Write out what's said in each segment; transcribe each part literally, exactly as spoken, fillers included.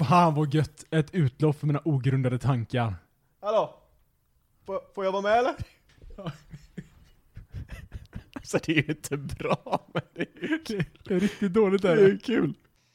Fan vad gött. Ett utlopp för mina ogrundade tankar. Hallå? Får, får jag vara med eller? Så det är ju inte bra, men det är ju Det, det är riktigt dåligt där. Det är ju kul.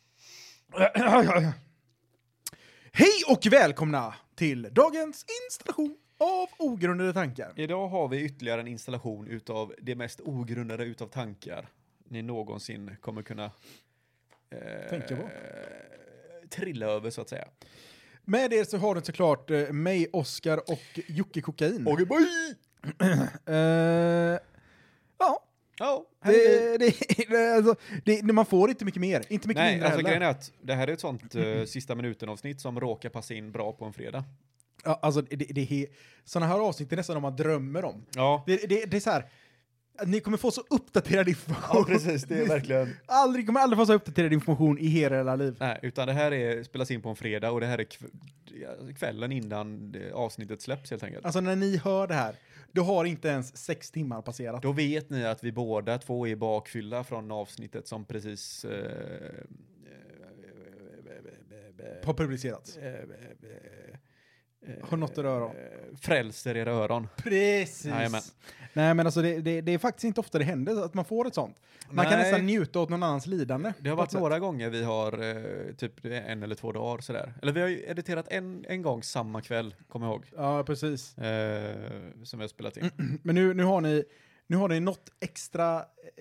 Hej och välkomna till dagens installation av ogrundade tankar. Idag har vi ytterligare en installation utav det mest ogrundade utav tankar ni någonsin kommer kunna eh, Tänka på. trilla över så att säga. Med det så har du såklart eh, mig, Oskar och Jocke Kokain. Okej, boy! Eh, ja, Ja, det, det, det, alltså, det, man får inte mycket mer. Inte mycket Nej, mindre alltså heller. grejen är att det här är ett sånt uh, sista minuten-avsnitt som råkar passa in bra på en fredag. Ja, alltså, det, det, det, sådana här avsnitt är nästan de man drömmer om. Ja, Det, det, det är så här, ni kommer få så uppdaterad information. ja precis. Det är verkligen... Aldrig, kommer aldrig få så uppdaterad information i hela hela liv. Nej, utan det här är, spelas in på en fredag och det här är kv- kvällen innan det, avsnittet släpps helt enkelt. Alltså när ni hör det här, då har inte ens sex timmar passerat. Då vet ni att vi båda två är bakfylla från avsnittet som precis... Eh, Har publicerats. Har något i öron. Frälser era öron. Precis. Jajamän. Nej, men alltså det, det, det är faktiskt inte ofta det händer att man får ett sånt. Man kan Nej. nästan njuta åt någon annans lidande. Det har på varit ett sätt. några gånger vi har eh, typ en eller två dagar sådär. Eller vi har ju editerat en, en gång samma kväll, kommer jag ihåg. Ja, precis. Eh, som vi har spelat in. Men nu, nu har ni nu har ni något extra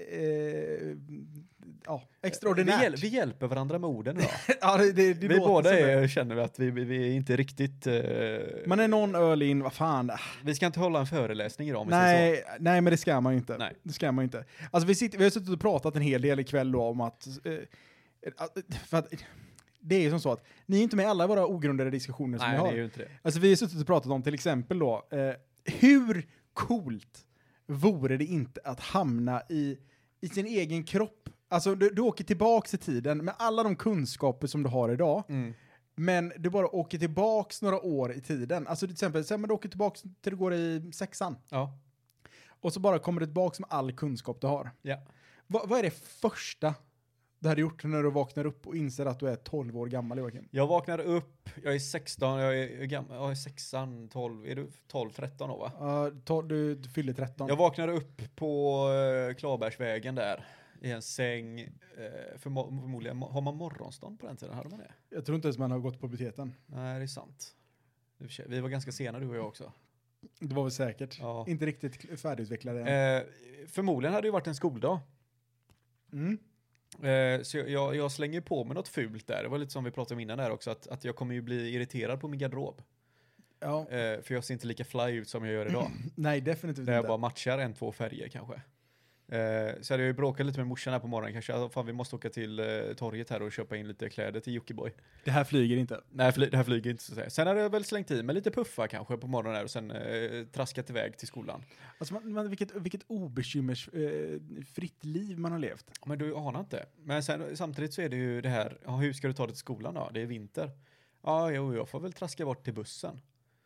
eh, ja, extraordinärt. Vi, hjäl- vi hjälper varandra med orden idag. ja, det, det, det vi låter båda som det. är, känner vi att vi, vi, vi är inte riktigt... Eh, Man är någon öl in, vad fan. vi ska inte hålla en föreläsning idag om vi säger så. Nej, nej, men det ska man ju inte. Nej. Det ska man ju inte. Alltså vi, sitter, vi har suttit och pratat en hel del ikväll då om att, eh, att, för att det är ju som så att ni är inte med i alla våra ogrundade diskussioner som Nej, vi det har. är ju inte det. Alltså vi har suttit och pratat om till exempel då, eh, hur coolt vore det inte att hamna i, i sin egen kropp? Alltså du, du åker tillbaks i tiden med alla de kunskaper som du har idag. Mm. Men du bara åker tillbaks några år i tiden. Alltså till exempel, sen du åker tillbaks till du går i sexan. Ja. Och så bara kommer du tillbaks med all kunskap du har. Ja. Va, vad är det första du hade gjort när du vaknar upp och inser att du är tolv år gammal, Joakim? Jag vaknar upp, jag är sexton, jag är gammal, jag är sexan, tolv, är du tolv, tretton år va? Uh, to, du, du fyller tretton. Jag vaknar upp på uh, Klarbergsvägen där, i en säng, uh, förmo- förmodligen, har man morgonstånd på den tiden? Hade man det? Jag tror inte ens man har gått på puberteten. Nej, det är sant. Vi var ganska sena du och jag också. Det var väl säkert. Ja. Inte riktigt färdigutvecklade än. Uh, förmodligen hade det varit en skoldag. Mm. Uh, så jag, jag slänger på mig något fult där. Det var lite som vi pratade om innan där också, att, att jag kommer ju bli irriterad på min garderob. Ja. Uh, för jag ser inte lika fly ut som jag gör idag. Nej, definitivt Där jag inte. bara matchar en, två färger kanske. Eh, så hade jag ju bråkat lite med morsan här på morgonen kanske. Alltså, fan, vi måste åka till eh, torget här och köpa in lite kläder till Jockiboi. Det här flyger inte. Nej, fly- det här flyger inte så att säga. Sen hade jag väl slängt i med lite puffar kanske på morgonen här och sen eh, traskat iväg till skolan. Alltså, man, man, vilket, vilket obekymmersfritt eh, liv man har levt. Men du anar inte. Men sen, samtidigt så är det ju det här, ja, hur ska du ta dig till skolan då? Det är vinter. Ja, jo, jag får väl traska bort till bussen.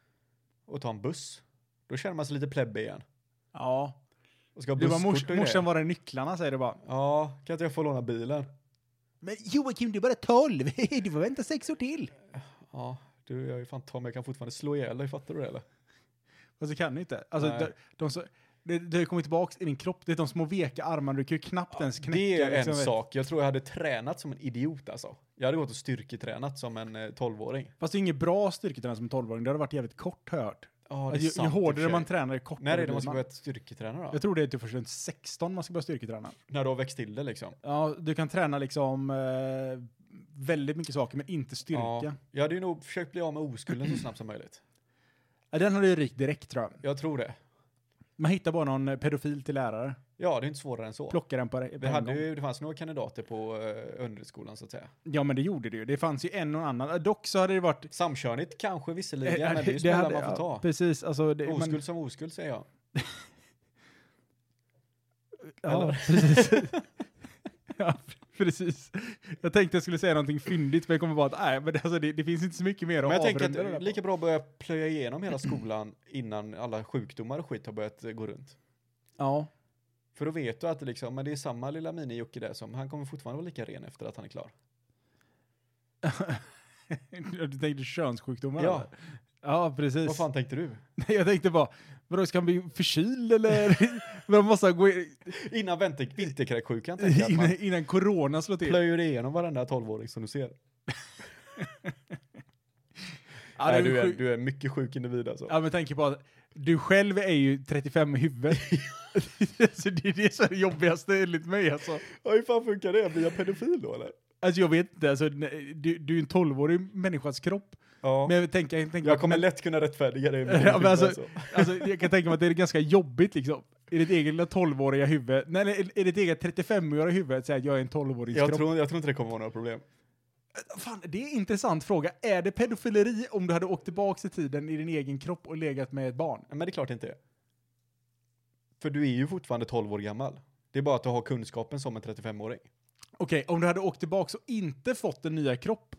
Och ta en buss. Då känner man sig lite plebbe igen. Ja. Och ska ha Du bara, busskort mors, och grejer. morsan var är nycklarna, säger du bara. Ja, kan inte jag få låna bilen? Men Joakim, du är bara tolv. Du får vänta sex år till. Ja, du, jag är fan tom, jag kan fortfarande slå ihjäl dig, fattar du det eller? Alltså kan du inte. Alltså, Nej. de, de så, det, det har kommit tillbaka i din kropp. Det är de små veka armarna. Du kan ju knappt Ja, ens knäcka. det är en liksom, vet. sak. Jag tror jag hade tränat som en idiot alltså. Jag hade gått och styrketränat som en eh, tolvåring. Fast det är inget bra styrketräning som en tolvåring. Det hade varit jävligt kort, hört. Ja, det är Alltså, ju, ju sant, i och för hårdare sig. man tränar, ju kortare När är det blir man ska börja styrketräna då? Jag tror det är till först runt sexton man ska börja styrketräna. När du har växt till det liksom. Ja, du kan träna liksom eh, väldigt mycket saker, men inte styrka. Ja, jag hade ju nog försökt bli av med oskulden så snabbt som möjligt. Ja, den hade ju rykt direkt, tror jag. Jag tror det. Man hittar bara någon pedofil till lärare. Ja, det är inte svårare än så. Plockar den på, på Vi en hade gång. ju, det fanns några kandidater på uh, underskolan så att säga. Ja, men det gjorde det ju. Det fanns ju en och annan. Dock så hade det varit... Samkörnigt kanske visserligen, Eh, men det är ju smällar hade- man får ja, ta. Precis, alltså... Det, Oskuld man, som oskuld säger jag. ja, eller? precis. Ja, precis. Jag tänkte jag skulle säga någonting fyndigt, men jag kommer bara att nej, men det, alltså, det, det finns inte så mycket mer att Men jag tänker avrunda det där att på. lika bra att börja plöja igenom hela skolan innan alla sjukdomar och skit har börjat eh, gå runt. Ja. För då vet du att det, liksom, men det är samma lilla mini-Jocke där som han kommer fortfarande vara lika ren efter att han är klar. Du tänkte könssjukdomar? Ja. Eller? Ja, precis. Vad fan tänkte du? Jag tänkte bara, vadå, ska han bli förkyld eller? Man måste gå in, Innan vinter, vinterkräksjukan tänkte jag att innan, man innan corona slår till. plöjer igenom varenda tolvåring som du ser. Ja, Nej, det är du, är, sjuk- du är mycket sjuk individ alltså. Ja, men tänk på att du själv är ju trettiofem i huvudet. Så det är det som är det jobbigaste enligt mig alltså. Ja, hur fan funkar det? Blir jag pedofil då eller? Alltså jag vet inte, alltså, du, du är en tolvårig människas kropp. Ja. Men jag tänker, jag, tänker Jag kommer men, lätt kunna rättfärdiga det. ja, men alltså, alltså, jag kan tänka mig att det är ganska jobbigt liksom. I ditt egen lilla tolvåriga huvud, nej, nej, i ditt eget trettiofem-åriga huvud att säga att jag är en tolvårig jag, kropp. tror, jag tror inte det kommer vara några problem. Fan, det är en intressant fråga. Är det pedofileri om du hade åkt tillbaka i tiden i din egen kropp och legat med ett barn? Men det är klart inte är. För du är ju fortfarande tolv år gammal. Det är bara att du har kunskapen som en trettiofem-åring. Okej, om du hade åkt tillbaka och inte fått en nya kropp.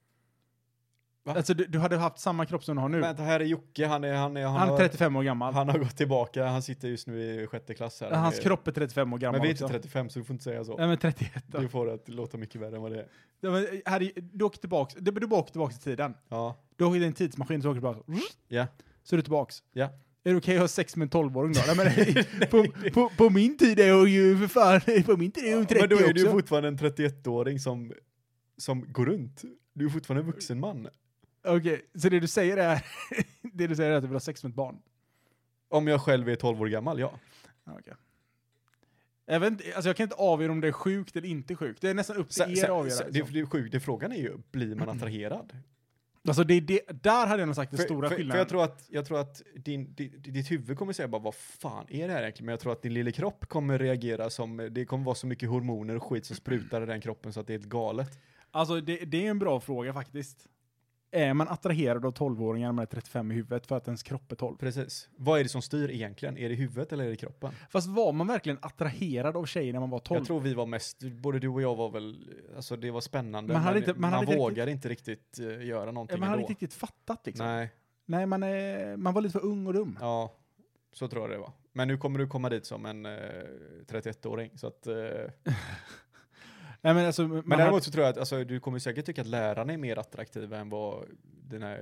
Va? Alltså du, du hade haft samma kropp som du har nu. Men här är Jocke, han är... Han är, han han är har, trettiofem år gammal. Han har gått tillbaka, han sitter just nu i sjätte klass här. Hans Med- kropp är trettiofem år gammal Men vi är också. inte trettiofem så du får inte säga så. Nej, men trettioett då. Du får det att låta mycket värre än vad det är. Ja, men, här, du åker tillbaka, du, du bara åker tillbaka i tiden. Ja. Du åker i en tidsmaskin så åker du tillbaka. Ja. Så är du tillbaks. Ja. Är det okej att ha sex med en tolvåring då? Nej, men, på, på, på min tid är jag ju för fan, på min tid är jag ju trettio Men då är du ju också. fortfarande en trettioett-åring som, som går runt. Du är fortfarande en vuxen man. Okej, så det du säger är det du säger är att du vill ha sex med ett barn? Om jag själv är tolv år gammal, ja. Okej. Jag vet inte, alltså jag kan inte avgöra om det är sjukt eller inte sjukt. Det är nästan upp till Sen, er sen, att avgöra. sen, det, liksom. det, är sjukt. det frågan är ju, blir man attraherad? Alltså det är det, där hade jag nog sagt den För, stora för, för skillnaden. jag tror att, jag tror att din, din, ditt huvud kommer säga bara, vad fan är det här egentligen? Men jag tror att din lilla kropp kommer reagera som, det kommer vara så mycket hormoner och skit som sprutar i den kroppen så att det är helt galet. Alltså det, det är en bra fråga faktiskt. Är man attraherad av tolvåringar när man är trettiofem i huvudet för att ens kropp är tolv? Precis. Vad är det som styr egentligen? Är det huvudet eller är det kroppen? Fast var man verkligen attraherad av tjejer när man var tolv? Jag tror vi var mest, både du och jag var väl, alltså det var spännande. Man hade men inte- man man hade inte vågade inte riktigt uh, göra någonting Ja, man hade ändå. inte riktigt fattat liksom. Nej, Nej, man, är, man var lite för ung och dum. ja, så tror jag det var. Men nu kommer du komma dit som en uh, trettioett-åring. Så att, uh, Nej, men alltså, man men däremot hade, så tror jag att alltså, du kommer säkert tycka att lärarna är mer attraktiva än vad dina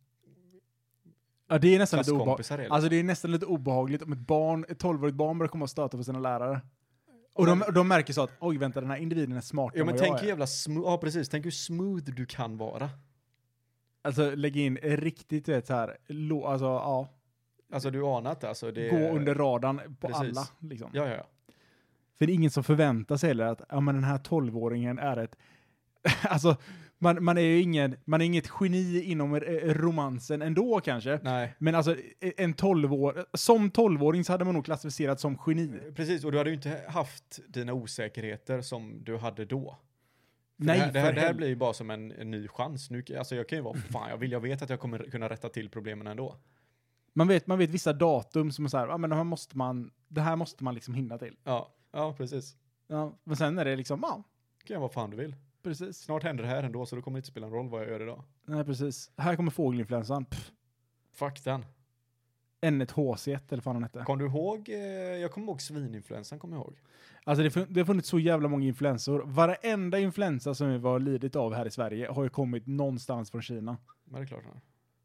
ja, det är nästan lite obehagligt. klasskompisar är. Alltså det är nästan lite obehagligt om ett barn, ett tolvårigt barn börjar komma och stöta på sina lärare. Och de, de märker så att, oj vänta, den här individen är smartare Ja, än men vad tänk jag hur är. jävla smooth, ja precis, tänk hur smooth du kan vara. Alltså lägga in riktigt, vet, så här, lo, alltså ja, Alltså du anar inte, alltså det gå under radarn på Precis. alla. Liksom. Ja, ja, ja. För det är ingen som förväntar sig heller att ja, men den här tolvåringen är ett... alltså, man, man är ju ingen, man är inget geni inom eh, romansen ändå kanske. Nej. Men alltså, en tolvår, som tolvåring så hade man nog klassificerat som geni. Precis, och du hade ju inte haft dina osäkerheter som du hade då. För Nej, det här, det här, för det här hel- blir ju bara som en, en ny chans. Nu, alltså jag kan ju vara, fan jag vill, jag vet att jag kommer kunna rätta till problemen ändå. Man vet, man vet vissa datum som är så här, ja men det här måste man, det här måste man liksom hinna till. Ja, ja precis. Ja, men sen är det liksom, ja, Du kan göra vad fan du vill. precis. Snart händer det här ändå, så då kommer det inte spela en roll vad jag gör idag. Nej, precis. Här kommer fågelinfluensan. Pff. Fuck den. N ett H C ett eller vad han hette. Kom du ihåg, eh, jag kommer ihåg svininfluensan, kommer jag ihåg. Alltså det, fun- det har funnits så jävla många influensor. Varenda influensa som vi var lidit av här i Sverige har ju kommit någonstans från Kina. Men det är klart.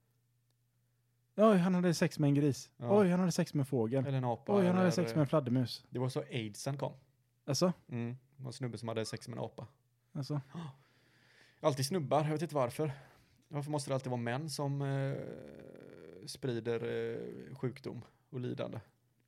Oj, han hade sex med en gris. Ja. Oj, han hade sex med en fågel. Eller en apa. Oj, han hade eller- sex med en fladdermus. Det var så aidsen kom. Alltså, Mm. Det var en snubbe som hade sex med en apa. alltså. Alltid snubbar, jag vet inte varför. Varför måste det alltid vara män som eh, sprider eh, sjukdom och lidande?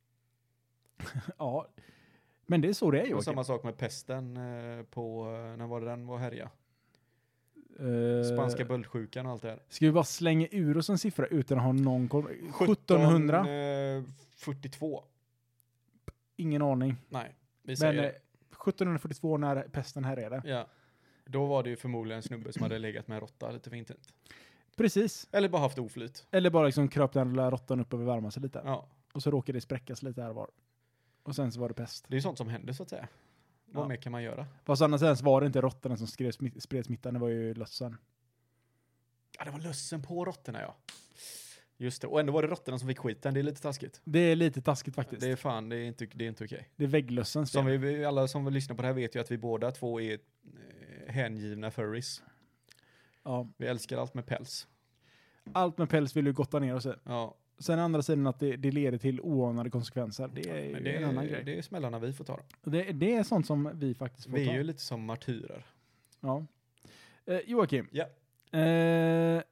Ja. Men det är så det är ju. Och samma sak med pesten eh, på, eh, när var det den var härja? Uh, Spanska böldsjukan och allt det här. Ska vi bara slänga ur oss en siffra utan att ha någon koll? sjuttonhundra? fyrtiotvå. Ingen aning. Nej, vi Men säger eh, det. sjuttonhundrafyrtiotvå när pesten härjade. Ja. Då var det ju förmodligen en snubbe som hade legat med en råtta lite för intimt. Precis. Eller bara haft oflyt. Eller bara liksom kröp den lilla råttan upp och värma sig lite. Ja, Och så råkade det spräckas lite här och var. Och sen så var det pest. det är ju sånt som händer så att säga. Vad Ja. mer kan man göra? Fast annars ens var det inte råttorna som skrev smitt, spred smittan, det var ju lössen. Ja, det var lössen på råttorna, ja. Just det, och ändå var det råttorna som fick skiten. Det är lite taskigt. Det är lite taskigt faktiskt. Det Det är är, fan, det är inte, det är inte okej. vägglössen. Som vi, vi, alla som vill lyssna på det här vet ju att vi båda två är eh, hängivna furries. Ja. Vi älskar allt med päls. Allt med päls vill du gotta ner oss i. Ja. Sen andra sidan att det, det leder till oanade konsekvenser. Det är Men ju det en annan är, grej. det är smällarna vi får ta. Det, det är sånt som vi faktiskt får Vi ta. är ju lite som martyrer. Ja. Eh, Joakim. Ja. Eh,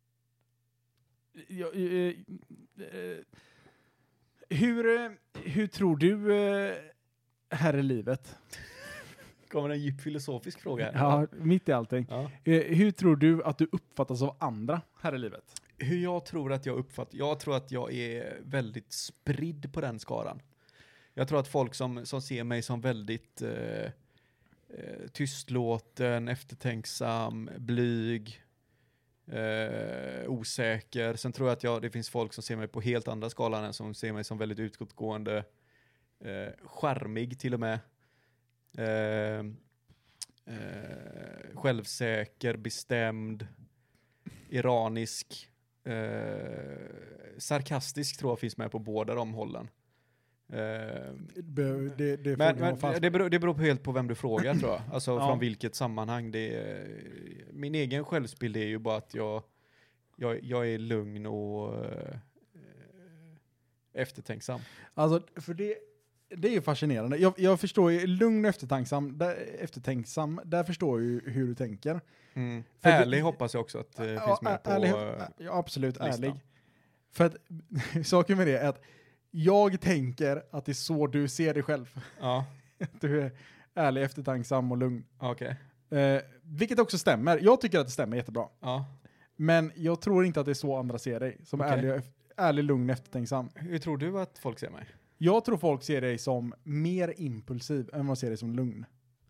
ja, eh, eh, hur, eh, hur tror du eh, här i livet? Kommer en djup filosofisk fråga här? Ja, mitt i allting. Ja. Eh, hur tror du att du uppfattas av andra här i livet? Hur jag tror att jag uppfattar, jag tror att jag är väldigt spridd på den skaran. Jag tror att folk som, som ser mig som väldigt eh, eh, tystlåten, eftertänksam, blyg, eh, osäker. Sen tror jag att jag, det finns folk som ser mig på helt andra skalan än som ser mig som väldigt utåtgående, eh, charmig till och med. Eh, eh, självsäker, bestämd, iranisk. Eh, sarkastisk tror jag finns med på båda de hållen. Eh, Det, det, det, men men det, beror, det beror på helt på vem du frågar tror jag. Alltså Ja. från vilket sammanhang. Det är, min egen självsbild är ju bara att jag, jag, jag är lugn och eh, eftertänksam. Alltså, för det, det är ju fascinerande. Jag, jag förstår ju, lugn och eftertänksam, där, eftertänksam, där förstår jag ju hur du tänker. Mm. För Ärlig det- hoppas jag också att det Ja, finns med på ärlig, eh, ja, absolut, listan. ärlig. För att saken med det är att jag tänker att det är så du ser dig själv. Ja, Att du är ärlig, eftertänksam och lugn. okej. Eh, vilket också stämmer. Jag tycker att det stämmer jättebra. Ja. Men jag tror inte att det är så andra ser dig. Som Okej. ärlig, ärlig, lugn, eftertänksam. Hur tror du att folk ser mig? Jag tror folk ser dig som mer impulsiv än vad ser dig som lugn.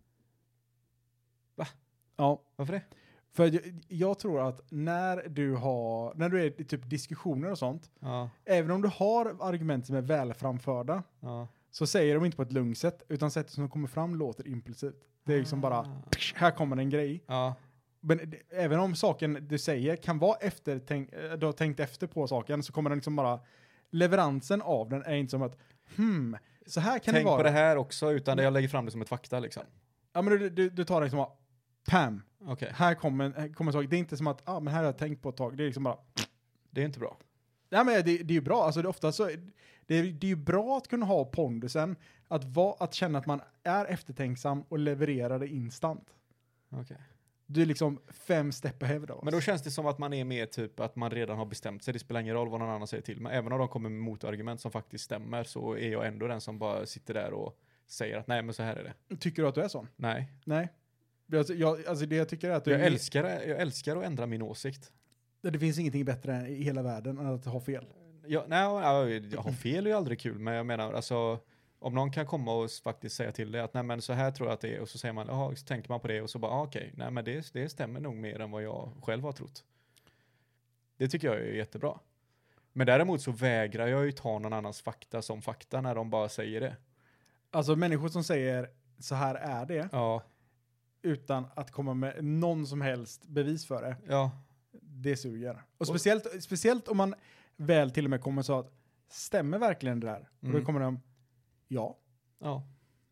Va? Ja. Varför det? För jag, jag tror att när du har, när du är i typ diskussioner och sånt, Ja, även om du har argument som är väl framförda, ja. så säger de inte på ett lugnt sätt, utan sättet som de kommer fram låter impulsivt. Det är liksom bara, Ah. psh, här kommer en grej. Ja, Men det, även om saken du säger kan vara efter, tänk, du har tänkt efter på saken, så kommer den liksom bara, leveransen av den är inte som att, hmm, så här kan tänk det vara. på det här också utan jag lägger fram det som ett fakta liksom. Ja, men du, du, du tar det liksom bara, pam, Okej, här kommer, här kommer en sak. Det är inte som att, ah, men här har jag tänkt på ett tag. Det är liksom bara, det är inte bra. nej men det, det är ju bra. Alltså det, ofta så, det, är, det är ju bra att kunna ha pondusen, att, va, att känna att man är eftertänksam och levererar det instant. Okej. Du är liksom fem step ahead av oss. Men då känns det som att man är mer typ att man redan har bestämt sig. Det spelar ingen roll vad någon annan säger till. Men även om de kommer med motargument som faktiskt stämmer så är jag ändå den som bara sitter där och säger att nej men så här är det. Tycker du att du är sån? Nej. Nej. Alltså, jag, alltså det jag tycker är att du Jag är, älskar, jag älskar att ändra min åsikt. det finns ingenting bättre i hela världen än att ha fel. Jag, nej, jag, jag har fel är ju aldrig kul. Men jag menar alltså om någon kan komma och faktiskt säga till dig att nej men så här tror jag att det är. Och så säger man, jaha, så tänker man på det och så bara ah, okej. Nej men det, det stämmer nog mer än vad jag själv har trott. Det tycker jag är jättebra. Men däremot så vägrar jag ju ta någon annans fakta som fakta när de bara säger det. Alltså människor som säger så här är det, Ja, utan att komma med någon som helst bevis för det. ja, Det suger. Och speciellt, speciellt om man väl till och med kommer så att stämmer verkligen det där? Och Mm. då kommer de, ja, ja,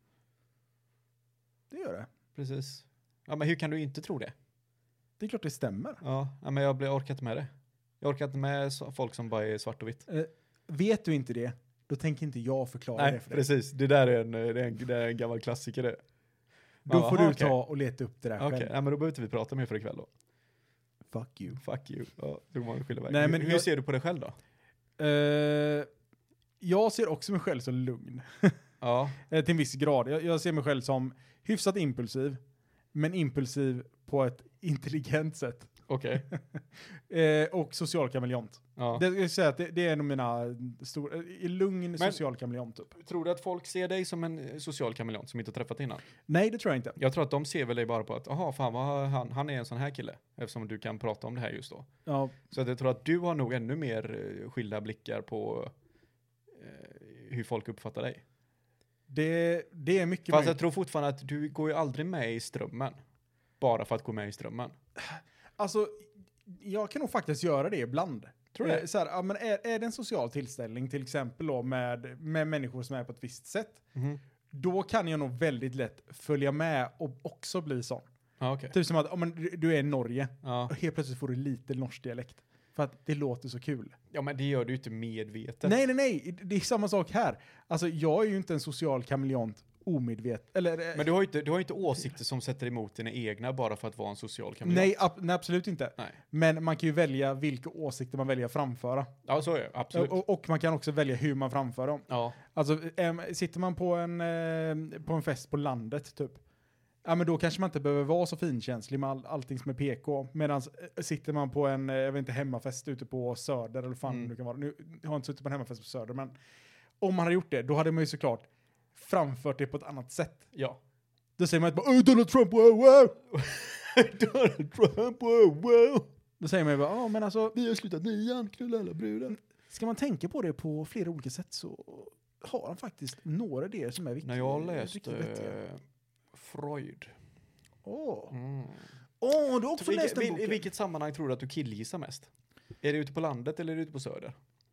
det gör det. precis. Ja, men hur kan du inte tro det? Det är klart det stämmer. Ja, ja men jag blir orkar inte med det. Jag orkar inte med så, folk som bara är svart och vitt. Eh, vet du inte det, då tänker inte jag förklara det Nej, för dig. precis. Det där är en, det är en, det är en gammal klassiker det. Då Ja, får aha, du okej. ta och leta upp det där Okej, själv. ja, men då behöver inte vi prata mer för ikväll då. Fuck you. Fuck you. Ja, då går man skilja väg. Nej, hur men hur jag- ser du på det själv då? Eh, jag ser också mig själv som lugn. Ja, Eh, till en viss grad. Jag, jag ser mig själv som hyfsat impulsiv. Men impulsiv på ett intelligent sätt. okej. Eh, och social kameleont. Ja. Det, jag vill säga att det, det är nog mina stora, i lugn social kameleont typ. Tror du att folk ser dig som en eh, social kameleont som inte har träffat innan? Nej, det tror jag inte. Jag tror att de ser väl dig bara på att, jaha, fan, vad har han, han är en sån här kille. Eftersom du kan prata om det här just då. Ja, Så att jag tror att du har nog ännu mer eh, skilda blickar på eh, hur folk uppfattar dig. det, det är mycket Fast jag möjligt. tror fortfarande att du går ju aldrig med i strömmen. Bara för att gå med i strömmen. Alltså, jag kan nog faktiskt göra det ibland. Tror du det? Eh, så här, ja, men är, är det en social tillställning till exempel då med, med människor som är på ett visst sätt, Mhm. då kan jag nog väldigt lätt följa med och också bli sån. Ja, okej. Typ som att om man, du är i Norge Ja. och helt plötsligt får du lite norsk dialekt. För att det låter så kul. ja, men det gör du ju inte medvetet. Nej, nej, nej. Det är samma sak här. Alltså, jag är ju inte en social kameleont omedvet. Eller, Men du har ju inte, du har ju inte åsikter som sätter emot dina egna bara för att vara en social kameleont. nej, ab- nej, absolut inte. Nej. Men man kan ju välja vilka åsikter man väljer att framföra. Ja, så är det. Absolut. Och, och man kan också välja hur man framför dem. Ja. Alltså, äm, sitter man på en, eh, på en fest på landet, typ. Ja, men då kanske man inte behöver vara så finkänslig med all, allting som är P K. Medan eh, sitter man på en, eh, jag vet inte, hemmafest ute på Söder eller fan Mm. det kan vara. Nu jag har jag inte suttit på en hemmafest på Söder, men om man hade gjort det, då hade man ju såklart framfört det på ett annat sätt. Ja. Då säger man inte bara "Åh, Donald Trump, wow, wow!" Donald Trump, wow, wow. Då säger man ju bara, ja men alltså, Vi har slutat nian, knulla alla brudar. ska man tänka på det på flera olika sätt så har han faktiskt några idéer som är viktiga. När jag läste riktigt vettiga. eh, Freud. Åh, Mm. Åh, du har också Vilke, läst den vil, I boken. vilket sammanhang tror du att du killgissar mest? Är det ute på landet eller är det ute på Söder?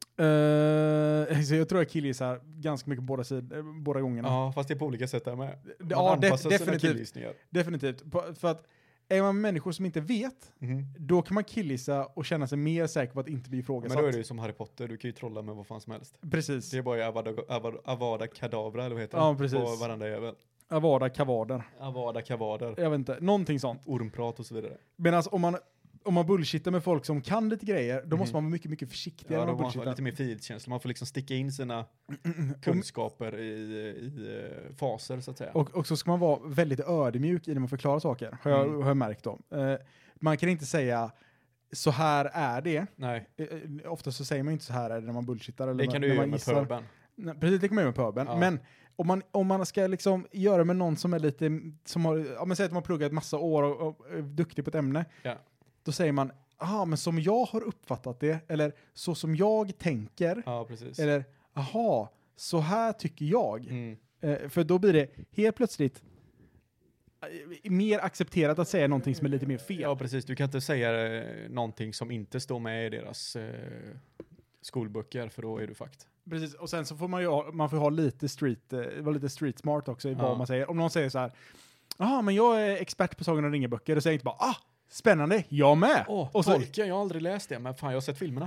Uh, så jag tror jag killgissar ganska mycket båda, sidor, båda gångerna. Ja, fast det är på olika sätt där med. Man Ja, def- anpassar sina definitivt. killgissningar. Definitivt. På- För att är man människor som inte vet, Mhm. då kan man killgissa och känna sig mer säker på att inte bli ifrågasatt. Men då är det ju som Harry Potter, du kan ju trolla med vad fan som helst. Precis. Det är bara Avada, Avada, Avada Kedavra, eller vad heter Ja, det? precis. På varandra jävel. Avada kavader. Avada Kavader. Jag vet inte, någonting sånt. Ormprat och så vidare. Medan om man, om man bullshittar med folk som kan lite grejer, då Mhm. måste man vara mycket, mycket försiktigare Ja, när då man måste man ha bullshittar. lite mer frihetskänsla. Man får liksom sticka in sina kunskaper i, i eh, faser, så att säga. Och, och så ska man vara väldigt ödmjuk i när man förklarar saker, har jag, Mm. har jag märkt om. Eh, man kan inte säga så här är det. Nej, Eh, eh, ofta så säger man inte så här är det när man bullshittar. Eller det när- kan du när göra man med gissar. purben. Nej, precis, det kan man göra med puben. Ja. Men om man, om man ska liksom göra med någon som är lite, som har, ja men säg att man har pluggat massa år och, och är duktig på ett ämne. Ja. Då säger man, aha, men som jag har uppfattat det, eller så som jag tänker, Ja, precis. eller aha, så här tycker jag. Mm. Eh, för då blir det helt plötsligt eh, mer accepterat att säga någonting som är lite mer fel. Ja, precis. Du kan inte säga eh, någonting som inte står med i deras eh, skolböcker, för då är du fucked. Precis, och sen så får man ju ha, man får ha lite street, eh, vara lite street smart också i Ja. vad man säger. Om någon säger så här, jaha, men jag är expert på Sagan om ringen-böcker, och säger inte bara, ah, spännande, jag med! Åh, och så, Tolkien, jag har aldrig läst det, men fan, jag har sett filmerna.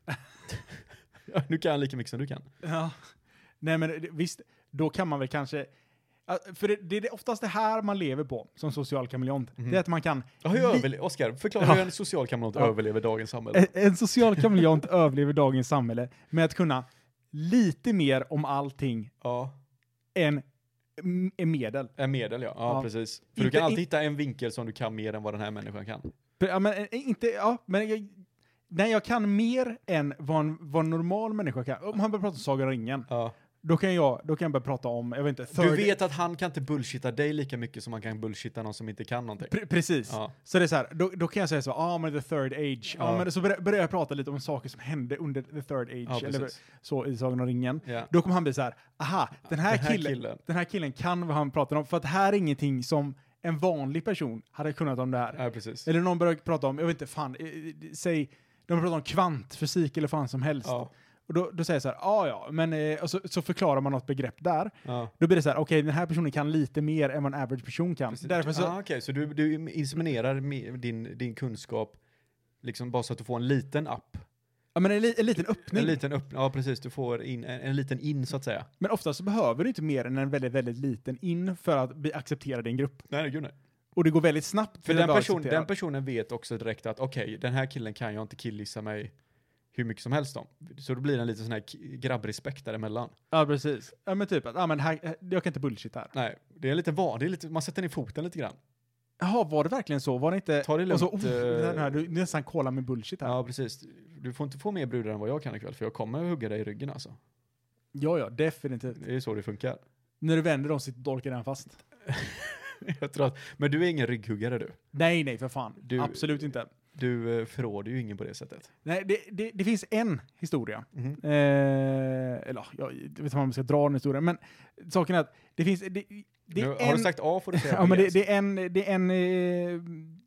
Ja, nu kan jag lika mycket som du kan. ja. Nej men det- visst, då kan man väl kanske, ja, för det, det är det oftast det här man lever på som social kameleont. Mhm. Det är att man kan, Ja, hur li- överle- Oskar, förklara Ja. hur en social kameleont Ja. överlever dagens samhälle. en, en social kameleont överlever dagens samhälle med att kunna lite mer om allting Ja, än m- en medel. en medel, ja. Ja, Ja. precis. För du Inte- kan alltid in- hitta en vinkel som du kan mer än vad den här människan kan. Ja, men, eh, inte, ja, men jag, nej, jag kan mer än vad en, vad en normal människa kan. Om han börjar prata om Sagan om ringen, Ja. då kan jag, då kan jag börja prata om, jag vet inte, Du third- vet att han kan inte bullshitta dig lika mycket som han kan bullshitta någon som inte kan någonting. Pre- precis. Ja. Så det är så här, då, då kan jag säga så, ja ah, men the third age. Ja. Ja. men så börjar, börjar jag prata lite om saker som hände under the third age, Ja, eller precis. så i Sagan om ringen. Ja. Då kommer han bli så här, aha, den här, Den här killen, killen. den här killen kan vad han pratar om, för att här är ingenting som en vanlig person hade kunnat om det här. Ja, precis. Eller någon börjar prata om, jag vet inte, fan, eh, eh, säg, de pratar om kvantfysik eller fan som helst. Ja. Och då, då säger jag så här, ja ja, men eh, och så, så förklarar man något begrepp där. Ja. Då blir det så här, okej, den här personen kan lite mer än vad en average person kan. Precis. Därför så, Ah, okej, så du, du inseminerar med din, din kunskap liksom bara så att du får en liten app. ja men en, li, en liten öppning. En liten upp, ja precis, du får in, en, en liten in så att säga. Men ofta så behöver du inte mer än en väldigt, väldigt liten in för att bli accepterad i en grupp. Nej, nej, gud nej. Och det går väldigt snabbt. För till den, att vara person, accepterad. den personen vet också direkt att okej, den här killen kan jag inte killgissa mig hur mycket som helst om. Så då blir det en liten sån här k- grabbrespekt däremellan. Ja, precis. Ja, men typ att, ja men här, jag kan inte bullshit här. Nej, det är lite van, det är lite, man sätter ner foten lite grann. Jaha, var det verkligen så? Var det inte... Ta det lugnt, Och så, oh, eh, den här, du nästan kollar med bullshit här. Ja, Ja, precis. Du får inte få mer brudar än vad jag kan ikväll, för jag kommer att hugga dig i ryggen alltså. ja, definitivt. Det är så det funkar. När du vänder dem sitter dolken redan fast. Jag tror att, men du är ingen rygghuggare du. Nej, nej, för fan. Du- Absolut inte. Du eh, förråder ju ingen på det sättet. Nej, det, det, det finns en historia. Mhm. Eh, eller ja, jag vet inte om man ska dra den historien, men saken är att det finns... Det, det Nu, är har en, du sagt A får du säga ja, men det, B. det är en... Det är en, eh,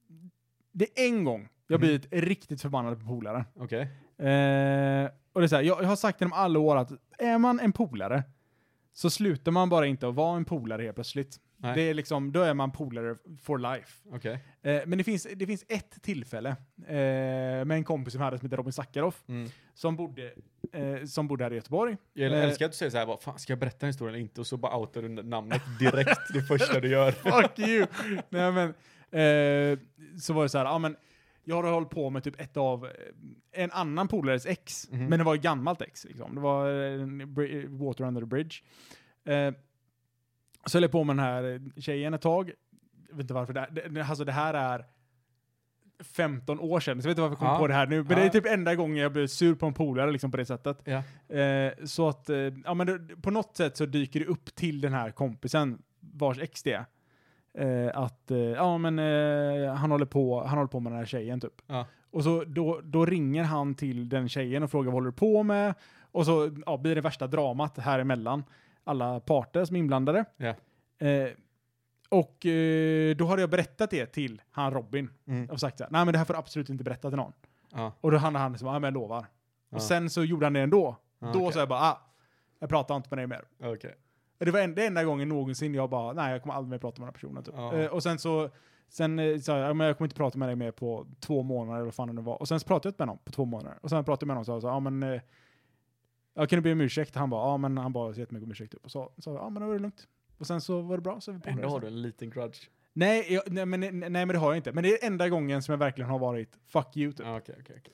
det är en gång jag Mhm. blivit riktigt förbannad på polare. Okej. Eh, och det är så här, jag, jag har sagt genom alla år att är man en polare så slutar man bara inte att vara en polare helt plötsligt. Nej. Det är liksom, då är man polare for life. Okej. Eh, men det finns, det finns ett tillfälle eh, med en kompis som hade som heter Robin Sackaroff Mm. som bodde, eh, som bodde här i Göteborg. Jag Eh, älskar att du säger så här, vad fan, ska jag berätta historien eller inte? Och så bara outar du namnet direkt, det första du gör. Fuck you! Nej, men, eh, så var det så här, ja men jag har hållit på med typ ett av eh, en annan polares ex, Mhm. men det var ett gammalt ex liksom. Det var eh, bri- Water Under the Bridge. Eh, så höll jag på med den här tjejen ett tag. Jag vet inte varför det, här- det, alltså det här är femton år sedan, så jag vet inte varför jag kom Ja. på det här nu. Men Ja. det är typ enda gången jag blir sur på en polare liksom på det sättet. Ja. Eh, så att, eh, ja men det, på något sätt så dyker det upp till den här kompisen, vars ex det är. Eh, att, eh, ja men eh, han håller på, han håller på med den här tjejen typ. Ja. Och så då, då ringer han till den tjejen och frågar vad håller du på med? Och så ja, blir det värsta dramat här emellan alla parter som är inblandade. Ja. Eh, och eh, då hade jag berättat det till han Robin. Mm. Och sagt så här, nej men det här får du absolut inte berätta till någon. Ja. Och då hann han som, ja men jag lovar. Ja. Och sen så gjorde han det ändå. Ja, Då okej. sa jag bara, ah, jag pratar inte med dig mer. Okej. Det var en, det enda gången någonsin jag bara, nej jag kommer aldrig mer prata med den här personen. Typ. Ja. Eh, och sen så, sen eh, sa jag, ja, men jag kommer inte prata med dig mer på två månader eller vad fan det nu var. Och sen så pratade jag inte med honom på två månader. Och sen pratade jag med honom och sa, ja men, eh, jag kan du be om ursäkt? Han bara, ja men han bara så jättemycket om ursäkt. Typ. Och så sa jag, ja men då var det lugnt. Och sen så var det bra. Så vi på Ändå det. har du en liten grudge. Nej, jag, nej, men, nej, nej men det har jag inte. Men det är enda gången som jag verkligen har varit, fuck you typ. Ja, okej, okej, okej.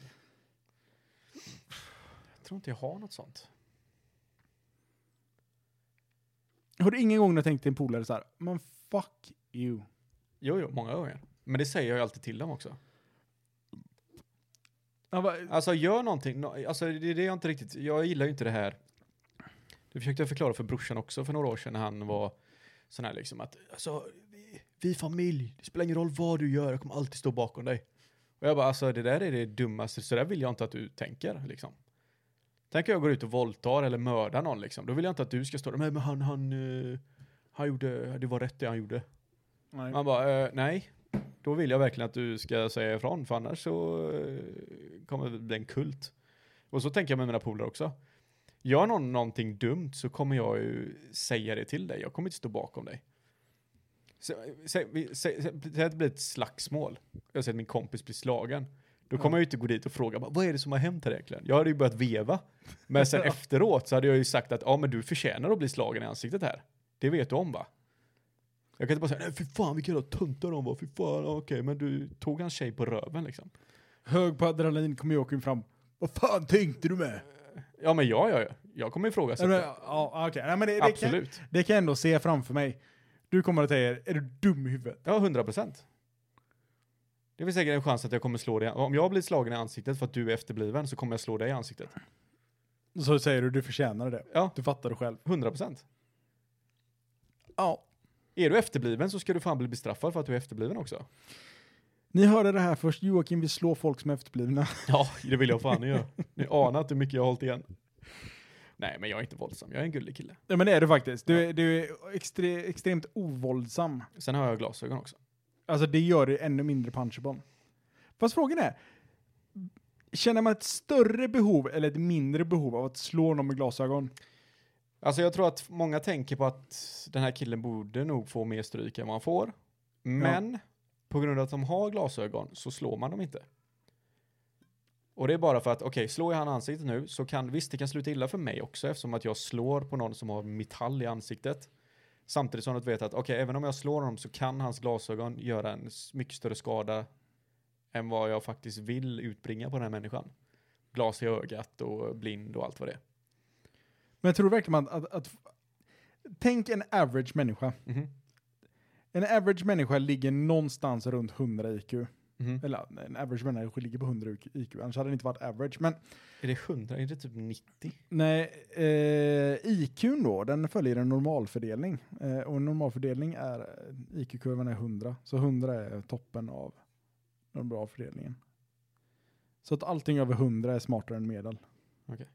Jag tror inte jag har något sånt. Har du ingen gång när du tänkt till en polare så här, men fuck you. Jo, jo, många gånger. Men det säger jag ju alltid till dem också. Ja, va, Alltså gör någonting. No, alltså det är det jag inte riktigt, jag gillar ju inte det här. Det försökte jag förklara för brorsan också för några år sedan när han var sån här liksom att, alltså vi, vi är familj, det spelar ingen roll vad du gör, jag kommer alltid stå bakom dig. Och jag bara, alltså det där är det dummaste, så där vill jag inte att du tänker liksom. Tänk att jag går ut och våldtar eller mördar någon liksom, då vill jag inte att du ska stå där, men han, han, uh, han gjorde, det var rätt det han gjorde. nej. Man bara, uh, nej. Då vill jag verkligen att du ska säga ifrån, för annars så uh, kommer det bli en kult. Och så tänker jag med mina polare också. Gör någon någonting dumt så kommer jag ju säga det till dig. Jag kommer inte stå bakom dig. Säg att det blir ett slagsmål. Jag ser att min kompis blir slagen. Då kommer Ja. jag ju inte gå dit och fråga, vad är det som har hänt här egentligen? Jag hade ju börjat veva. Men sen efteråt så hade jag ju sagt att ja, men du förtjänar att bli slagen i ansiktet här. Det vet du om, va? Jag kan inte bara säga, nej fy fan vilka jävla tuntar de var. Fy fan, okej, okay, men du tog hans tjej på röven liksom. Hög på adrenalin kommer Joakim fram. Vad fan tänkte du med? Ja, men ja, ja, ja. Jag kommer Ja, ifrågasätta. men, ja, okej. Nej, men det, det, kan, Absolut. det kan jag ändå se framför mig. Du kommer att säga, är du dum i huvudet? Ja, hundra procent. Det finns säkert en chans att jag kommer slå dig. Om jag blir slagen i ansiktet för att du är efterbliven så kommer jag slå dig i ansiktet. Så säger du, du förtjänar det. Ja, Du fattar det själv. hundra procent. Ja. Är du efterbliven så ska du fan bli bestraffad för att du är efterbliven också. Ni hörde det här först. Joakim vill slå folk som är efterblivna. Ja, det vill jag fan göra. Ni anar inte hur mycket jag har hållit igen. Nej, men jag är inte våldsam. Jag är en gullig kille. Ja, men det är du faktiskt. Du, är- du är extre, extremt ovåldsam. Sen har jag glasögon också. Alltså det gör det ännu mindre punchable. Fast frågan är, känner man ett större behov eller ett mindre behov av att slå någon med glasögon? Alltså jag tror att många tänker på att den här killen borde nog få mer stryk än vad han får. Men på grund av att de har glasögon så slår man dem inte. Och det är bara för att, okej, okay, slår jag han ansiktet nu så kan, visst det kan sluta illa för mig också eftersom att jag slår på någon som har metall i ansiktet. Samtidigt som du vet att, okej, okay, även om jag slår honom så kan hans glasögon göra en mycket större skada än vad jag faktiskt vill utbringa på den här människan. Glas i ögat och blind och allt vad det är. Men jag tror verkligen att, att, att tänk en average människa. Mhm. En average människa ligger någonstans runt hundra I Q. Mhm. Eller en average människa ligger på hundra I Q. Annars hade det inte varit average. Men Är det hundra? Är det typ nittio? nej, eh, I Qn då, den följer en normalfördelning. Eh, och en normalfördelning är, I Q-kurvan är hundra. Så hundra är toppen av normalfördelningen. Så att allting över hundra är smartare än medel. Okej.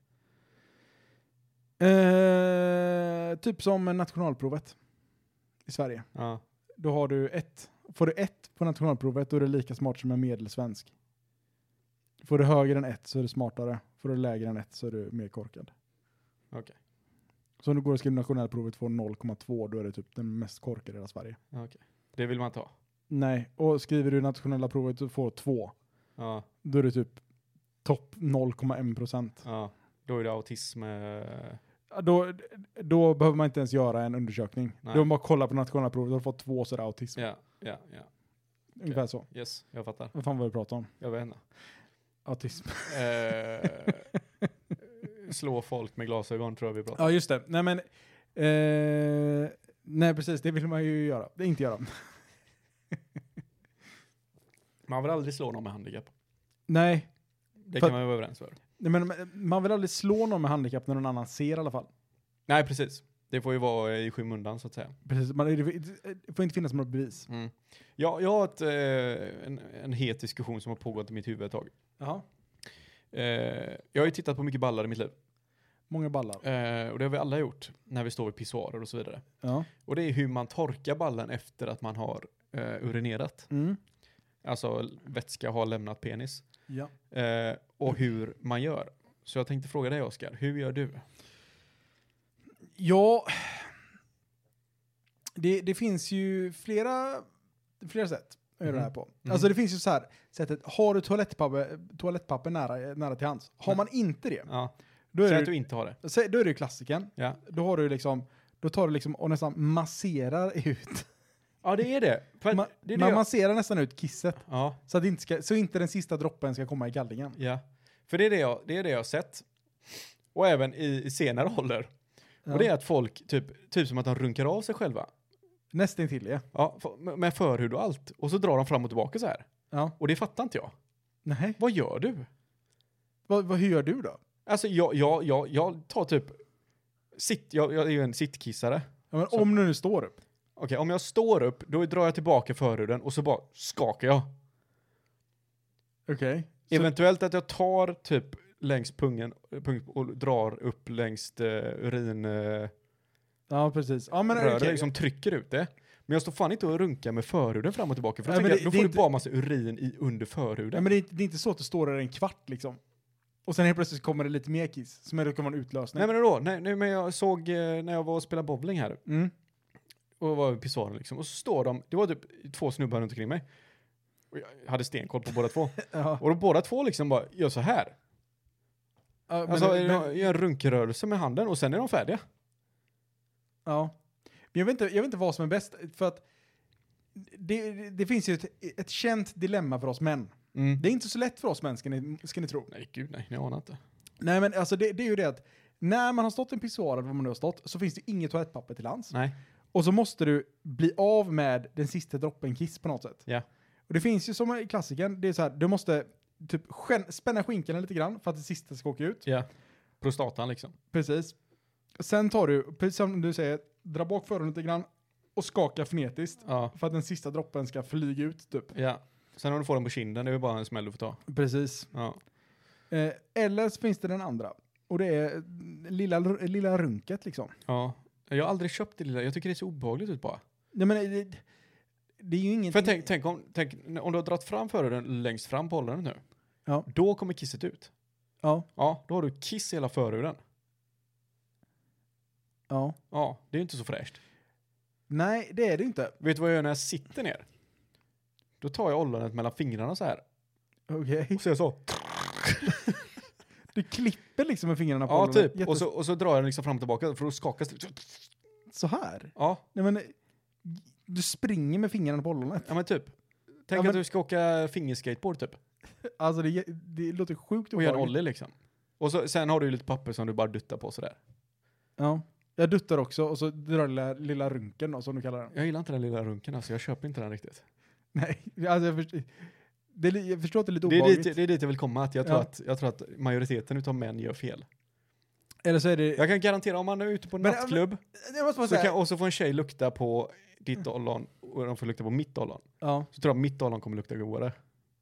Eh, typ som nationalprovet i Sverige. Ja. Då har du ett. Får du ett på nationalprovet då är du lika smart som en medelsvensk. Får du högre än ett så är du smartare. Får du lägre än ett så är du mer korkad. Okej. Så om du går och skriver nationella provet får noll komma två, då är det typ den mest korkade i hela Sverige. Ja, okej. Det vill man ta. Nej, och skriver du nationella provet och får två, Ja, då är det typ topp noll komma en procent. ja. Då är det autism. Eh, Då, då behöver man inte ens göra en undersökning. Nej. Då bara kolla på nationella provet och får två, så är det autism. ja, ja, ja. Ungefär så. Yes, jag fattar. Vad fan var vi pratar om? Jag vet inte. Autism. Eh, slå folk med glasögon tror jag vi pratar om. Ja, just det. Nej, men... Eh, nej, precis. Det vill man ju göra. Det inte göra. Man vill aldrig slå någon med handikapp. Nej. Det För- kan man ju vara överens för. Nej, men man vill aldrig slå någon med handikapp när någon annan ser i alla fall. Nej, precis. Det får ju vara i skymundan så att säga. Precis. Man, det det får inte finnas något bevis. Mm. Ja, jag har ett, eh, en, en het diskussion som har pågått i mitt huvud ett tag. Jaha. Eh, jag har ju tittat på mycket ballar i mitt liv. Många ballar. Eh, och det har vi alla gjort när vi står vid pissoarer och så vidare. Ja. Och det är hur man torkar ballen efter att man har eh, urinerat. Mm. Alltså vätska har lämnat penis. Ja. Eh, och hur man gör. Så jag tänkte fråga dig, Oskar, hur gör du? Ja. Det, det finns ju flera, flera sätt att göra det här på. Mhm. Alltså det finns ju så här sättet. Har du toalettpapper, toalettpapper nära, nära till hands? Har man inte det, Ja. då är Säg att det, du inte har det. Säg- då är det ju klassiken. Ja. Då har du liksom, då tar du liksom och nästan masserar ut. Ja, det är det. För Man, det, är det man jag, masserar nästan ut kisset. ja, Så att det inte ska, så inte den sista droppen ska komma i gallringen. ja. För det är det jag, det är det jag har sett. Och även i, i senare ålder. Ja. Och det är att folk, typ, typ som att de runkar av sig själva. Nästan till ja. Ja, f- med med förhud och allt. Och så drar de fram och tillbaka så här. Ja. Och det fattar inte jag. Nej. Vad gör du? Vad, vad, hur gör du då? Alltså jag, jag, jag, jag tar typ, sitt, jag, jag är ju en sittkissare. Ja, men Så- om du nu står upp. Okej, om jag står upp, då drar jag tillbaka förhuden och så bara skakar jag. Okej. Så- Eventuellt att jag tar typ längs pungen punkt, och drar upp längs uh, urin uh, Ja, precis. Ja, men röret, okej. liksom trycker ut det. Men jag står fan inte och runkar med förhuden fram och tillbaka. För då, Nej, men tänker jag, det- då det får är du inte- bara massa urin i under förhuden. Nej, men det är, inte- det är inte så att du står där en kvart liksom. Och sen helt plötsligt kommer det lite mer kiss. Som är det kommer en utlösning. Nej men då, nej, nej, men jag såg eh, när jag var och spelade bowling här. Mm. Och var i pissoaren liksom. Och så står de, det var typ två snubbar runt omkring mig. Och jag hade stenkoll på båda två. Ja. Och då båda två liksom bara gör så här. Ja, men, Alltså men, gör en runkrörelse med handen och sen är de färdiga. ja. Men jag vet inte, jag vet inte vad som är bäst. För att det, det, det finns ju ett, ett känt dilemma för oss män. Mm. Det är inte så lätt för oss män, ska ni, ska ni tro. Nej gud nej, jag anar inte. Nej, men alltså det, det är ju det att när man har stått i en pissoar eller vad man nu har stått, så finns det inget toalettpapper till hands. Nej. Och så måste du bli av med den sista droppen kiss på något sätt. Ja. Och det finns ju som i klassiken, det är så här, du måste typ skän, spänna skinkorna lite grann för att det sista ska åka ut. Ja. Prostatan liksom. Precis. Sen tar du, precis som du säger, dra bak förhuden lite grann och skaka frenetiskt Ja. för att den sista droppen ska flyga ut typ. Ja. Sen om du får den på kinden, det är ju bara en smäll du får ta. Precis. Ja. Eh, eller så finns det den andra. Och det är lilla, lilla runket liksom. Ja. Jag har aldrig köpt det lilla, jag tycker det ser obehagligt ut bara. Nej, men det, det är ju ingenting. För tänk, tänk, om, tänk om du har dragit fram förhuden längst fram på hållaren nu. Ja. Då kommer kisset ut. Ja. Ja, då har du kiss i hela förhuden. Ja. Ja, det är ju inte så fräscht. Nej, det är det inte. Vet du vad jag gör när jag sitter ner? Då tar jag ollonet mellan fingrarna så här. Okej. Och så gör jag så. Du klipper liksom med fingrarna på Ja, ollonet. typ. Jättes- Och så, och så drar jag den liksom fram och tillbaka för då skakas det. Så här? Ja, Nej, men du springer med fingrarna på ollonet. ja men typ. Tänk Ja, men- att du ska åka fingerskateboard typ. Alltså det, det låter sjukt Och göra en obehagligt. ollie liksom. Och så, sen har du ju lite papper som du bara duttar på sådär. Ja. Jag duttar också och så drar lilla, lilla runken då, som du kallar den. Jag gillar inte den lilla runken alltså, jag köper inte den riktigt. Nej, alltså jag, förstår, det, är li- jag förstår att det är lite Det är, obehagligt. dit, det är dit jag vill komma, att jag, tror Ja. att jag tror att majoriteten utav män gör fel. Eller så är det... Jag kan garantera om man är ute på en Men- nattklubb jag måste bara så säga... kan, och så får en tjej lukta på ditt ollon och de får lukta på mitt ollon. Ja. Så tror jag mitt ollon kommer lukta godare.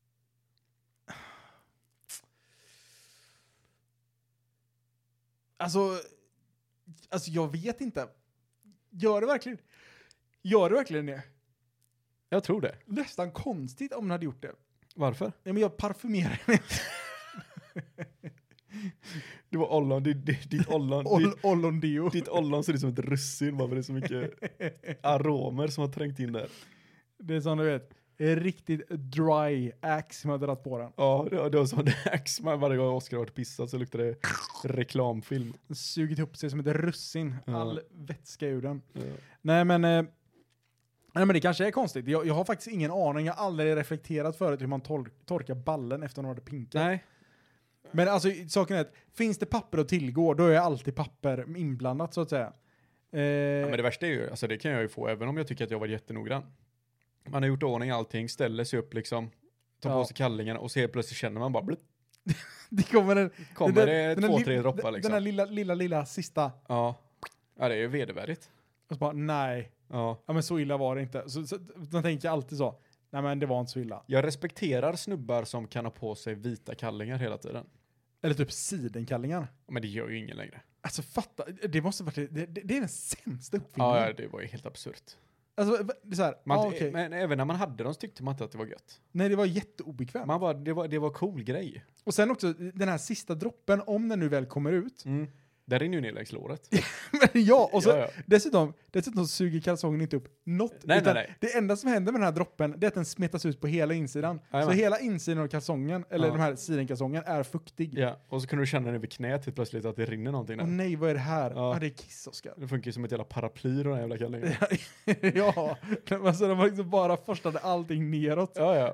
Alltså... Alltså jag vet inte. Gör det verkligen... Gör det verkligen det? Jag tror det. Nästan konstigt om den hade gjort det. Varför? Nej, men jag parfymerar mig. Det var ollon, det, det, ditt ollon, Ol- ditt, Ollondeo. ditt ollon ser ut som ett russin, bara för det är så mycket aromer som har trängt in där. Det är som du vet, en riktigt dry axe som har dragit på den. Ja, det, det var som det Axman varje gång Oscar har varit pissat så luktar det reklamfilm. Sugit ihop sig som ett russin. Ja. All vätska ur den. Ja. Nej men, eh, nej men det kanske är konstigt. Jag, jag har faktiskt ingen aning. Jag har aldrig reflekterat förut hur man tor- torkar ballen efter någon hade pinkat. Nej. Men alltså saken är att finns det papper att tillgå, då är alltid papper inblandat så att säga. Eh, Ja, men det värsta är ju, alltså det kan jag ju få även om jag tycker att jag var jättenoggrann. Man har gjort ordning allting, ställer sig upp liksom, tar Ja. på sig kallingarna och så helt plötsligt känner man bara blutt, det kommer en, kommer den- det den här två, li- tre droppar den- liksom. Den här lilla, lilla, lilla sista. Ja. Ja, det är ju vedervärdigt. Och så bara, nej. Ja. Ja men så illa var det inte. Så, så, man tänker alltid så. Nej men det var inte så illa. Jag respekterar snubbar som kan ha på sig vita kallingar hela tiden. Eller typ sidenkallingar. Men det gör ju ingen längre. Alltså fatta, det måste varit, det, det, det är den sämsta uppfinningen. Ja, ja, det var ju helt absurt. Alltså det är så här, Man, ah, okej. Men även när man hade dem så tyckte man inte att det var gött. Nej det var jätteobekvämt. Man bara, det var, det var cool grej. Och sen också den här sista droppen, om den nu väl kommer ut. Mm. Där rinner ju ner längs låret. Men ja, och så Ja, ja. Dessutom, dessutom suger kalsongen inte upp något. Nej, utan nej, nej. Det enda som händer med den här droppen, det är att den smetas ut på hela insidan. Jajamän. Så hela insidan av kalsongen, eller Ja. de här sidenkalsongen, är fuktig. Ja, och så kunde du känna den över knät helt plötsligt att det rinner någonting där. Åh nej, vad är det här? Ja, Ja. det är kiss, Oskar. Det funkar ju som ett jävla paraply de här jävla kallingarna. Ja, alltså de har liksom bara forstade allting neråt. Ja, ja.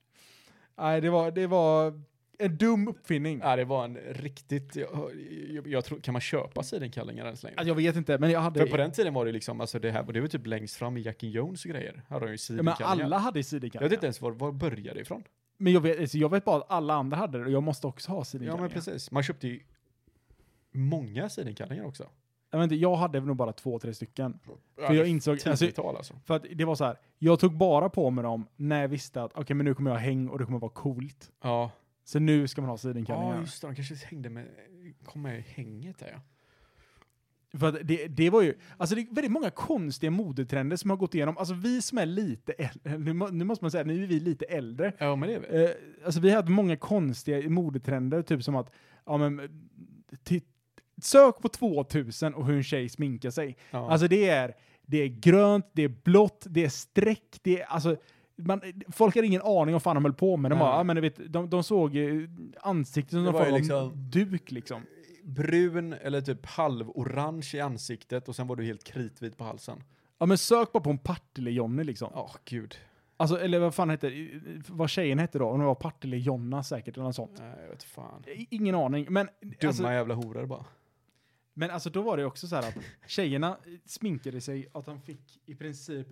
Nej, det var, det var en dum uppfinning. Ja, det var en riktigt... Jag, jag, jag tror, kan man köpa sidenkallingar ens längre? Alltså, jag vet inte, men jag hade... För på den tiden var det liksom, alltså det här, och det var typ längst fram i Jack and Jones och grejer. Här har de ju ja, men sidenkallingar. alla hade Jag sidenkallingar. vet inte ens var, var började det ifrån. Men jag vet, alltså, jag vet bara att alla andra hade det och jag måste också ha Ja, sidenkallingar. men precis. Man köpte ju många sidenkallingar också. Jag vet inte, jag hade nog bara två, tre stycken. För jag insåg, alltså, Tiotal alltså. för att det var så här, jag tog bara på mig dem när jag visste att okej, men nu kommer jag ha häng och det kommer vara coolt. Ja. Så nu ska man ha sidenkallingar. Ja, just det. De kanske hängde med, kom med i hänget där, ja. För att det, det var ju, alltså det är väldigt många konstiga modetrender som har gått igenom. Alltså vi som är lite äldre, nu, må, nu måste man säga, nu är vi lite äldre. Ja, men det är vi. Eh, alltså vi hade många konstiga modetrender, typ som att, ja men, t- sök på tvåtusen och hur en tjej sminkar sig. Ja. Alltså det är, det är grönt, det är blått, det är streck, det är, alltså, man, folk hade ingen aning om vad fan de höll på med. De, Nej. bara, ja, men du vet, de, de såg eh, ansiktet som Det någon var ju form av liksom- duk liksom. Brun eller typ halvorange i ansiktet och sen var du helt kritvit på halsen. Ja men sök bara på en Partille-Jonny liksom. Ja, gud. Alltså, eller vad fan hette, vad tjejen hette då? Hon var Partille-Jonna säkert eller något sånt. Nej, jag vet fan. I- Ingen aning. Men Dumma alltså, jävla horor bara. men alltså då var det också så här att tjejerna sminkade sig att de fick i princip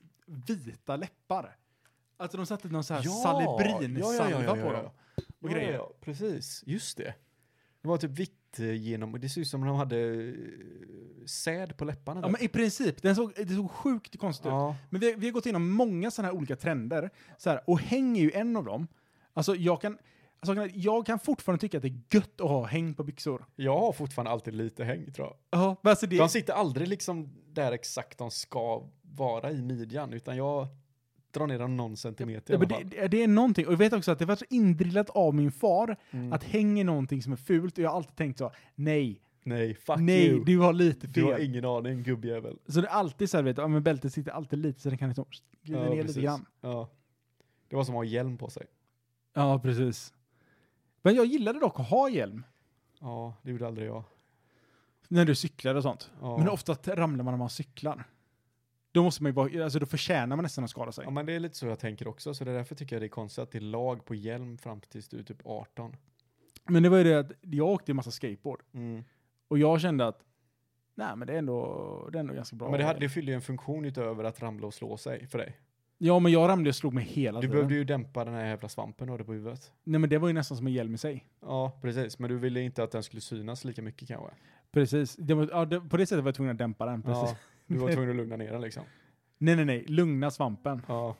vita läppar. Alltså de satte någon så här salibrin-salva på dem. Och Ja, grejer. ja, precis. Just det. Det var typ vitt eh, genom, det ser ut som de hade eh, säd på läpparna. Ja där. men i princip, den såg, det såg sjukt konstigt ut. Ja. Men vi, vi har gått igenom många sådana här olika trender. Så här, och häng är ju en av dem. Alltså jag kan, alltså, jag kan fortfarande tycka att det är gött att ha häng på byxor. Jag har fortfarande alltid lite häng, tror jag. Ja, men alltså det, De sitter aldrig liksom där exakt de ska vara i midjan, utan jag drar ner dem någon centimeter i ja, men alla fall. det, det, det är någonting. Och jag vet också att det var så indrillat av min far Mm. att häng är någonting som är fult. Och jag har alltid tänkt så, nej, Nej, fuck nej, you. du har lite Du har fel. ingen aning, gubbjävel. Så det är alltid så här, vet du, ja, men bältet sitter alltid lite så den kan liksom glida Ja, ner precis. lite grann. Ja. Det var som att ha hjälm på sig. Ja, precis. Men jag gillade dock att ha hjälm Ja, det gjorde aldrig jag. när du cyklar och sånt. Ja. Men ofta ramlar man när man cyklar. Då måste man ju vara, alltså då förtjänar man nästan att skada sig. Ja, men det är lite så jag tänker också, så det är därför tycker jag det är konstigt att det är lag på hjälm fram tills du är typ arton. Men det var ju det att jag åkte en massa skateboard. Mm. Och jag kände att, nej men det är ändå, det är ändå ganska bra. Men det, hade, det fyller ju en funktion utöver att ramla och slå sig för dig. Ja, men jag ramlade och slog mig hela Du tiden. behövde ju dämpa den här jävla svampen du hade på huvudet. Nej, men det var ju nästan som en hjälm i sig. Ja, precis. Men du ville inte att den skulle synas lika mycket kanske. Precis. Det var, ja, det, på det sättet var jag tvungen att dämpa den. Precis. Ja, du var tvungen att lugna ner den liksom. Nej, nej, nej. Lugna svampen. Ja.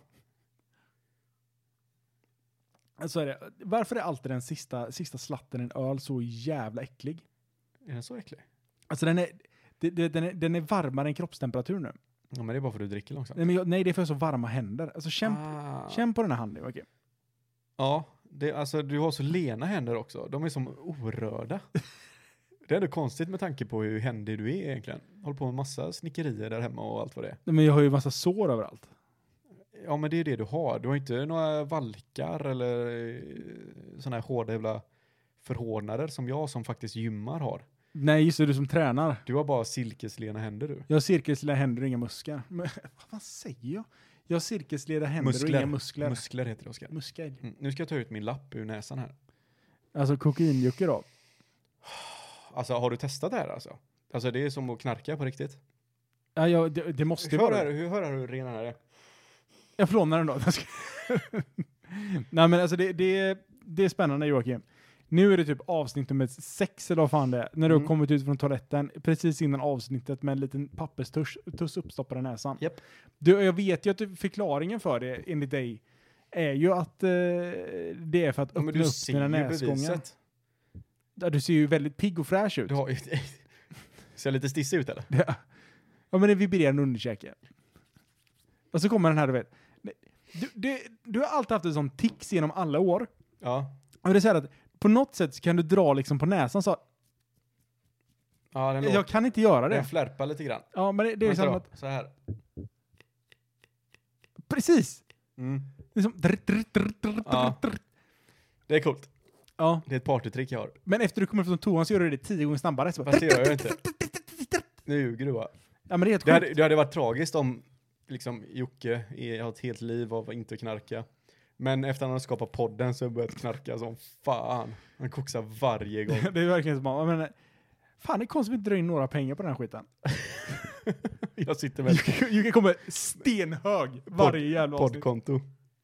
Så är det. Varför är alltid den sista, sista slatten i en öl så jävla äcklig? Är den så äcklig? Alltså den är, det, det, den är, den är varmare än kroppstemperatur nu. Ja, men det är bara för att du dricker långsamt. Nej, men jag, nej det är för att jag har så varma händer. Alltså känn, Ah. känn på den här handen, okej. Ja, det, alltså du har så lena händer också. De är som orörda. Det är ändå konstigt med tanke på hur händig du är egentligen. Håller på med massa snickerier där hemma och allt vad det är. Men jag har ju massa sår överallt. Ja, men det är det du har. Du har inte några valkar eller sådana här hårda jävla förhårdnader som jag som faktiskt gymmar har. Nej, just det, du som tränar. Du har bara silkeslena händer du. Jag har cirkelsleda händer och inga muskler. Men, vad säger jag? Jag har cirkelsleda händer Muskler. och inga muskler. Muskler heter det, Oskar. Muskel. Mm. Nu ska jag ta ut min lapp ur näsan här. Alltså kokainjucke då? Alltså, har du testat det här alltså? Alltså, det är som att knarka på riktigt. Ja, ja det, det måste Hur vara. hör, hur hör du hur ren den här är? Jag flånar den då. Nej, men alltså det, det, det är spännande, Joakim. Nu är det typ avsnitt nummer sex eller vad fan det är. När du Mm. har kommit ut från toaletten precis innan avsnittet med en liten papperstuss tuss uppstoppad i näsan. Japp. Du, jag vet ju att du, förklaringen för det enligt dig är ju att eh, det är för att Ja, öppna men du upp ser dina ju näsgångar. beviset. Ja, du ser ju väldigt pigg och fräsch ut. Du har ju... Ser jag lite stissig ut eller? Ja, ja men det vibrerar en underkäke. Och så kommer den här, du vet. Du, du, du har alltid haft en sån tics genom alla år. Ja. Och det är så här att på något sätt så kan du dra liksom på näsan så. Ja, den Jag kan inte göra det. Den flärpar lite grann. Ja, men det, det är Vänta som då, att... så här. Precis! Mm. Det är som... drr, drr, drr, drr, Ja. drr. Det är coolt. Ja, Det är ett partytrick jag har. men efter du kommer från toan så gör du det tio gånger snabbare. Så bara... Fast det gör jag inte. Nu ljuger du va? Ja, men det är helt Det sjukt. hade, det hade varit tragiskt om liksom Jocke i ett helt liv av att inte knarka. Men efter att han har skapat podden så har jag börjat knarka som fan. Han koksar varje gång. Det är verkligen som att... Men, fan, det är konstigt att vi inte drar in några pengar på den här skiten. Jag sitter med ett Jocke kommer stenhög varje jävla avsnitt. poddkonto.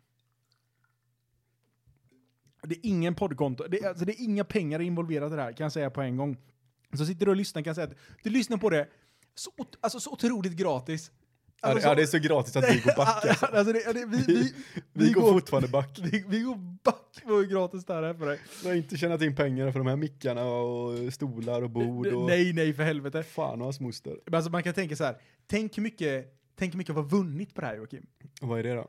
Det är ingen poddkonto. Det är, alltså, det är inga pengar involverade i det här, kan jag säga på en gång. Så sitter du och lyssnar, kan jag säga att du lyssnar på det så, ot- alltså, så otroligt gratis. Ja, det, Alltså, ja, det är så gratis att vi går back. Alltså. alltså, det, det, vi, vi, Vi går fortfarande back. Vi, vi går back på hur gratis det här är för dig. Vi har inte tjänat in pengar för de här mickarna och stolar och bord och... Nej, nej, för helvete. Fan och hans moster. Men alltså, man kan tänka så här. Tänk hur mycket, tänk hur mycket jag har vunnit på det här, Joakim. Och vad är det då?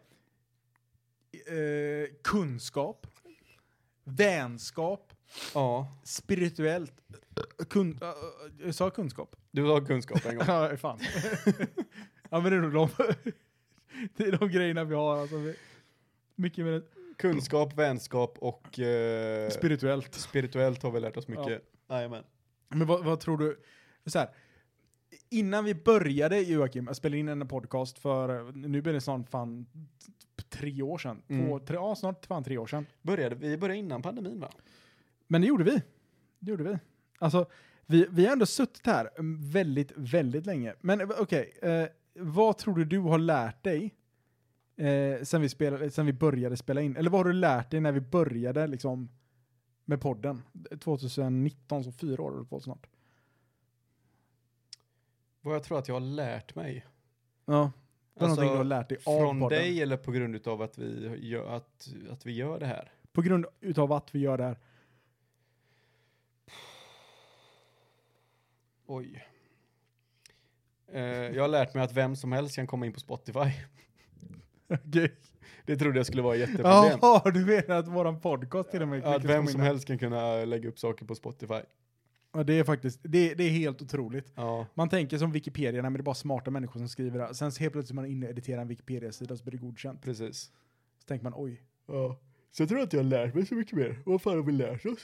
Eh, kunskap. Vänskap. Ja, Spirituellt. Kun, uh, jag sa kunskap. du har kunskap en gång. Ja, fan. Ja, men det är nog de, det är de grejerna vi har. Alltså, vi, mycket med Kunskap, vänskap och... Eh, spirituellt. spirituellt har vi lärt oss mycket. Jajamän. Men vad, vad tror du? Så här, innan vi började, Joakim, att spela in en podcast för, nu blir det snart fan t- tre år sedan. Mm. Två, tre, ja, snart fan tre år sedan. Började, vi började innan pandemin va? Men det gjorde vi. Det gjorde vi. Alltså, vi, vi har ändå suttit här väldigt, väldigt länge. Men okej, okay, eh, vad tror du du har lärt dig eh, sen, vi spelade, sen vi började spela in? Eller vad har du lärt dig när vi började liksom, med podden? tjugonitton, så fyra år på snart. Vad jag tror att jag har lärt mig. Ja, det är Alltså, någonting du har lärt dig av Från podden. dig eller på grund av att vi gör, att, att vi gör det här? På grund utav att vi gör det här. Oj. Eh, jag har lärt mig att vem som helst kan komma in på Spotify. Okej. Det trodde jag skulle vara ett jätteproblem. Ja, du menar att våran podcast till och med... Att vem som helst kan kunna lägga upp saker på Spotify. Ja, det är faktiskt, det, det är helt otroligt. Ja. Man tänker som Wikipedia, men det är bara smarta människor som skriver det. Sen så helt plötsligt man inne och editerar en Wikipedia-sida så blir det godkänt. Precis. Så tänker man, oj. Ja. Så jag tror att jag har lärt mig så mycket mer. Vad fan har vi lärt oss?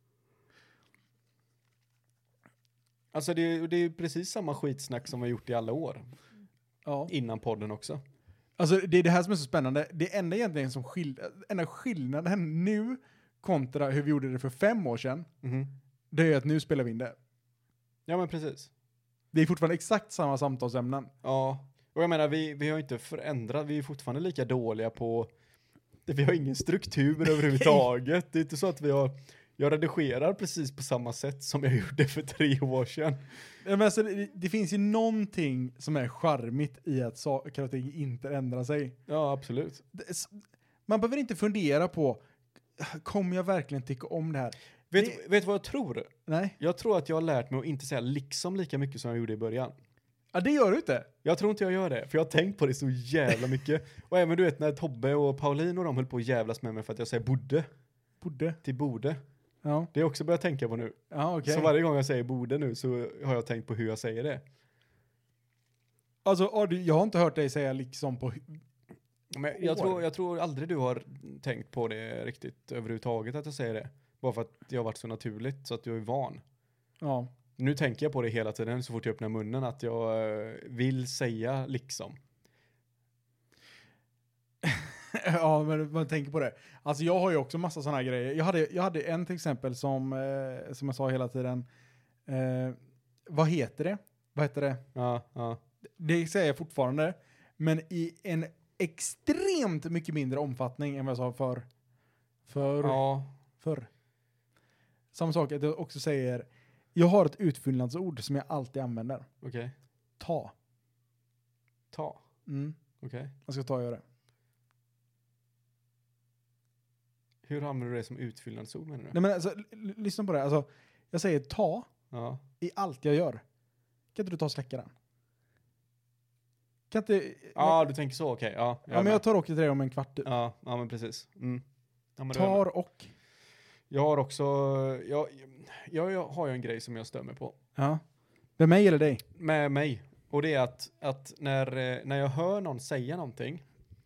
Alltså det är, det är precis samma skitsnack som vi har gjort i alla år. Ja. Innan podden också. Alltså det är det här som är så spännande. Det enda egentligen som skil, enda skillnaden nu kontra hur vi gjorde det för fem år sedan, Mhm. det är att nu spelar vi in det. Ja men precis. Det är fortfarande exakt samma samtalsämnen. Ja. Och jag menar vi, vi har inte förändrat. Vi är fortfarande lika dåliga på... Vi har ingen struktur överhuvudtaget. Det är inte så att vi har... Jag redigerar precis på samma sätt som jag gjorde för tre år sedan. Men alltså, det, det finns ju någonting som är charmigt i att saker och ting inte ändrar sig. Ja, absolut. Det, man behöver inte fundera på, kommer jag verkligen tycka om det här? Vet, Det- vet du vad jag tror? Nej. Jag tror att jag har lärt mig att inte säga liksom lika mycket som jag gjorde i början. Ja, det gör du inte. Jag tror inte jag gör det, för jag har tänkt på det så jävla mycket. Och även du vet när Tobbe och Pauline och de höll på att jävlas med mig för att jag säger bodde Borde. till borde. Ja, Det är också börjat tänka på nu. ja okej. Så varje gång jag säger borde nu så har jag tänkt på hur jag säger det. Alltså, ja, du- jag har inte hört dig säga liksom på... hu- Men jag År. tror, jag tror aldrig du har tänkt på det riktigt överhuvudtaget att jag säger det. Bara för att det har varit så naturligt så att du är van. Ja. Nu tänker jag på det hela tiden så fort jag öppnar munnen att jag eh, vill säga liksom. Ja, men man tänker på det. Alltså jag har ju också massa sådana här grejer. Jag hade, jag hade en till exempel som, eh, som jag sa hela tiden. Eh, vad heter det? Vad heter det? Ja, ja. Det säger jag fortfarande. Men i en extremt mycket mindre omfattning än vad jag sa för för Ja, för. Samma sak att jag också säger. Jag har ett utfyllnadsord som jag alltid använder. okej. Ta. Ta. Mm. Okej. Jag ska ta och göra det. Hur använder du det som utfyllnadsord menar du? Nej men alltså, l- l- lyssna på det. Alltså, jag säger ta Ja. i allt jag gör. Kan inte du ta och släcka den? Kan inte... Ja, du tänker så, okej. Ja, ja, men jag tar och till det om en kvart typ. ja, ja, men precis. Mm. Ja, men det är- Tar och... Jag har också, jag, jag, jag har ju en grej som jag stör mig på. Ja. Det är mig eller dig? Med mig. Och det är att, att när, eh, när jag hör någon säga någonting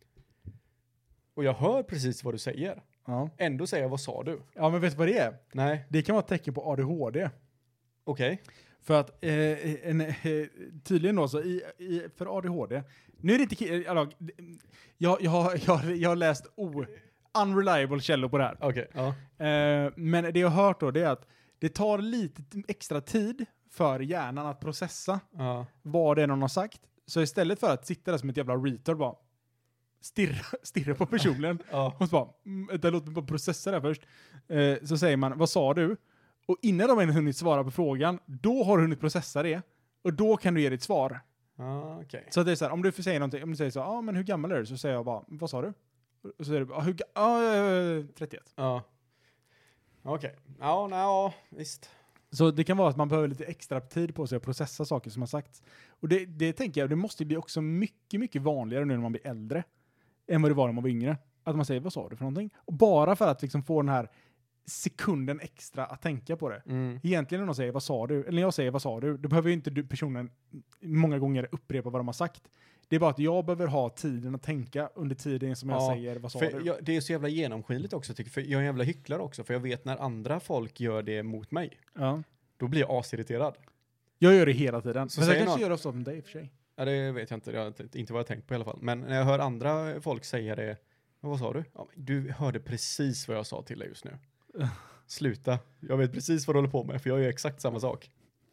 och jag hör precis vad du säger, Ja. ändå säger jag, vad sa du? Ja, men vet du vad det är? Nej, Det kan vara ett tecken på A D H D. okej. För att eh, en, eh, tydligen då så i, i, för A D H D. Nu är det inte ki- alltså, jag, jag, har, jag, har- jag har läst o, unreliable källor på det här. Okej, ja. Eh, men det jag har hört då det är att det tar lite t- extra tid för hjärnan att processa Ja, vad det är någon har sagt. Så istället för att sitta där som ett jävla retard bara stirra, stirra på personen ja. och så bara, mm, vänta, låt mig bara processa det här först. Eh, så säger man, vad sa du? Och innan de har hunnit svara på frågan, då har du hunnit processa det. Och då kan du ge ditt svar. Ja, okej. Så att det är så här, om du får säga någonting, om du säger så, ja ah, men hur gammal är du? Så säger jag bara, vad sa du? Och så säger du, ah, hur ga- ah, trettioett. Ja. Okej. Ja, nej, ja, visst. Så det kan vara att man behöver lite extra tid på sig att processa saker som har sagts. Och det, det tänker jag, det måste bli också mycket, mycket vanligare nu när man blir äldre än vad det var när man var yngre. Att man säger, vad sa du för någonting? Och bara för att liksom få den här sekunden extra att tänka på det. Mm. Egentligen när någon säger, vad sa du? Eller när jag säger, vad sa du? Då behöver ju inte du, personen många gånger upprepa vad de har sagt. Det är bara att jag behöver ha tiden att tänka under tiden som jag Ja, säger, vad sa För du? jag, det är så jävla genomskinligt också, tycker jag. För jag är en jävla hycklare också, för jag vet när andra folk gör det mot mig, Ja. då blir jag asirriterad. Jag gör det hela tiden. Så Men jag säger kanske någon- gör det av dig i och för sig. Ja, det vet jag inte. Det har inte- inte vad jag tänkt på i alla fall. Men när jag hör andra folk säga det, "Men vad sa du? Ja, men du hörde precis vad jag sa till dig just nu. Sluta. Jag vet precis vad du håller på med, för jag gör exakt samma sak.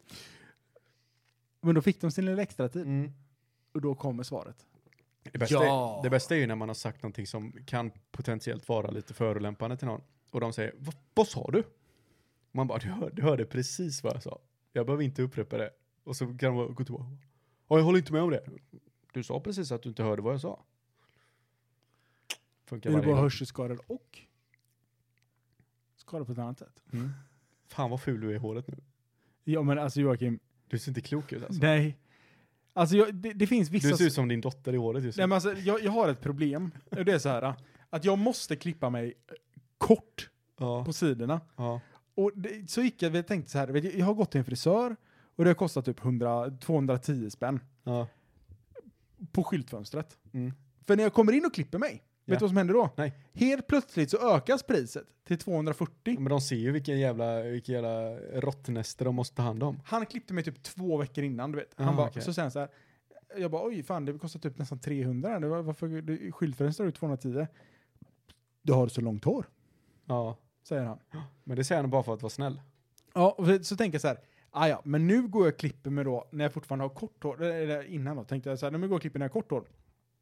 Men då fick de sin lilla extra tid. Mm. Och då kommer svaret. Det, bästa Ja. är, det bästa är ju när man har sagt någonting som kan potentiellt vara lite förolämpande till någon. Och de säger, "Va- vad sa du? Man bara, du, hör, du hörde precis vad jag sa. Jag behöver inte upprepa det. Och så kan man gå tillbaka. Ja, jag håller inte med om det. Du sa precis att du inte hörde vad jag sa. Funkar Är du varje bara gång. hörselskadad och skadad på ett annat sätt? Mm. Fan vad ful du är i håret nu. Ja men alltså Joakim, Du ser inte klok ut alltså. nej. Alltså jag, det, det finns vissa... Du ser ut som din dotter i håret just nu. Nej men alltså jag, jag har ett problem. Och det är så här att jag måste klippa mig kort Ja, på sidorna. ja, Och det, så gick jag, jag tänkte så här, vet du, jag har gått till en frisör och det har kostat typ hundra, tvåhundratio spänn ja. på skyltfönstret. Mm. För när jag kommer in och klipper mig, Ja. vet du vad som händer då? Nej. Helt plötsligt så ökas priset till tvåhundrafyrtio. Men de ser ju vilken jävla, vilken jävla råttnäster de måste ta hand om. Han klippte mig typ två veckor innan, du vet. Han Ah, bara, okej. så sen så här, jag bara, oj fan, det kostar typ nästan trehundra. Det var, varför det- skyltfönstret ut tvåhundratio? Du har så långt hår, Ja, säger han. men det säger han bara för att vara snäll. Ja, och så, så tänker jag så här, ah, ja, men nu går jag och klipper mig då, när jag fortfarande har kort hår, eller innan då, tänkte jag så här, nu går jag och klipper när jag har kort hår.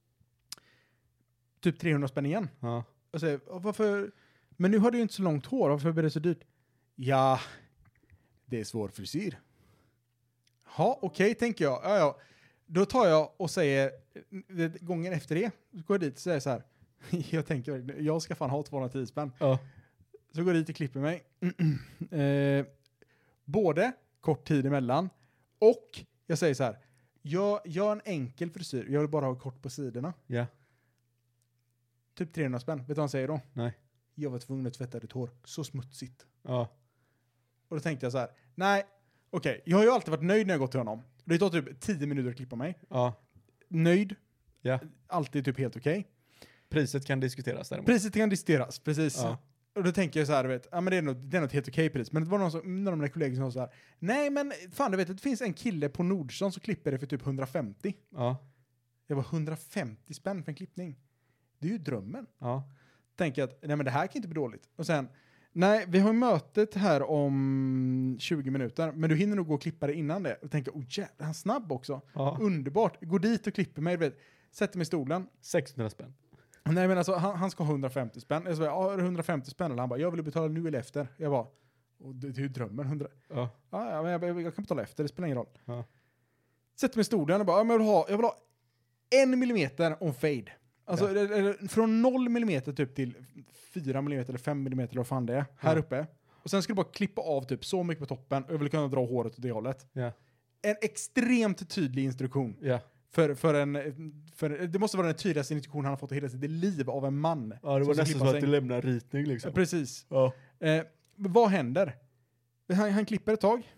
Typ trehundra spänn igen. Ja. Och säger, "Och varför, men nu har du ju inte så långt hår, varför blir det så dyrt? Ja, det är svår frisyr. Ja, okej, tänker jag. Ja, ja. Då tar jag och säger, eh, gången efter det, så går jag dit och säger så här, jag tänker, jag ska fan ha tvåhundratio spänn. Ja. Så går jag dit och klipper mig. eh, både kort tid emellan och jag säger så här, jag gör en enkel frisyr, jag vill bara ha kort på sidorna. Ja. Typ trehundra spänn. Vet du vad han säger då? Nej. jag var tvungen att tvätta ditt hår. Så smutsigt. Ja. Och då tänkte jag så här, nej, okej, okay, jag har ju alltid varit nöjd när jag gått till honom. Det tar typ tio minuter att klippa mig. Ja. Nöjd. Ja. Alltid typ helt okej. Okay. Priset kan diskuteras däremot. Priset kan diskuteras, precis. Ja. Och då tänker jag så här, vet, ja men det är nog, det är nog ett helt okej okay pris. Men det var någon, som, någon av mina kollegor som sa så här, nej men fan du vet, det finns en kille på Nordsson som klipper det för typ hundrafemtio. Ja. Det var hundrafemtio spänn för en klippning. Det är ju drömmen. Ja. Tänker att, nej men det här kan inte bli dåligt. Och sen, nej vi har mötet här om tjugo minuter, men du hinner nog gå och klippa det innan det. Och tänker, oh jävlar, han är snabb också. Ja. Underbart. Gå dit och klipper mig, vet, sätter mig i stolen. sexhundra spänn. Nej men alltså, han, han ska ha hundrafemtio spänn. Jag sa, ja, är det hundrafemtio spänn? Eller han bara, jag vill betala nu eller efter. Jag bara, och det, det är ju drömmen. hundra. Ja. Ja, ja men jag, jag, jag kan betala efter, det spelar ingen roll. Ja. Sätter mig i stolen och bara, ja, men jag, vill ha, jag vill ha en millimeter on fade. Alltså Ja. eller, eller, från noll millimeter typ till fyra millimeter eller fem millimeter eller vad fan det är. Här Ja. uppe. Och sen ska du bara klippa av typ så mycket på toppen. Och jag vill kunna dra håret åt det hållet. Ja. En extremt tydlig instruktion. Ja. För, för en, för, det måste vara den tydligaste instruktion han har fått i hela sitt liv av en man. Ja, det var som ska nästan klippa så sig. att du lämnar ritning liksom. Ja, precis. Ja. Eh, vad händer? Han, han klipper ett tag.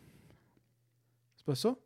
Så bara, så.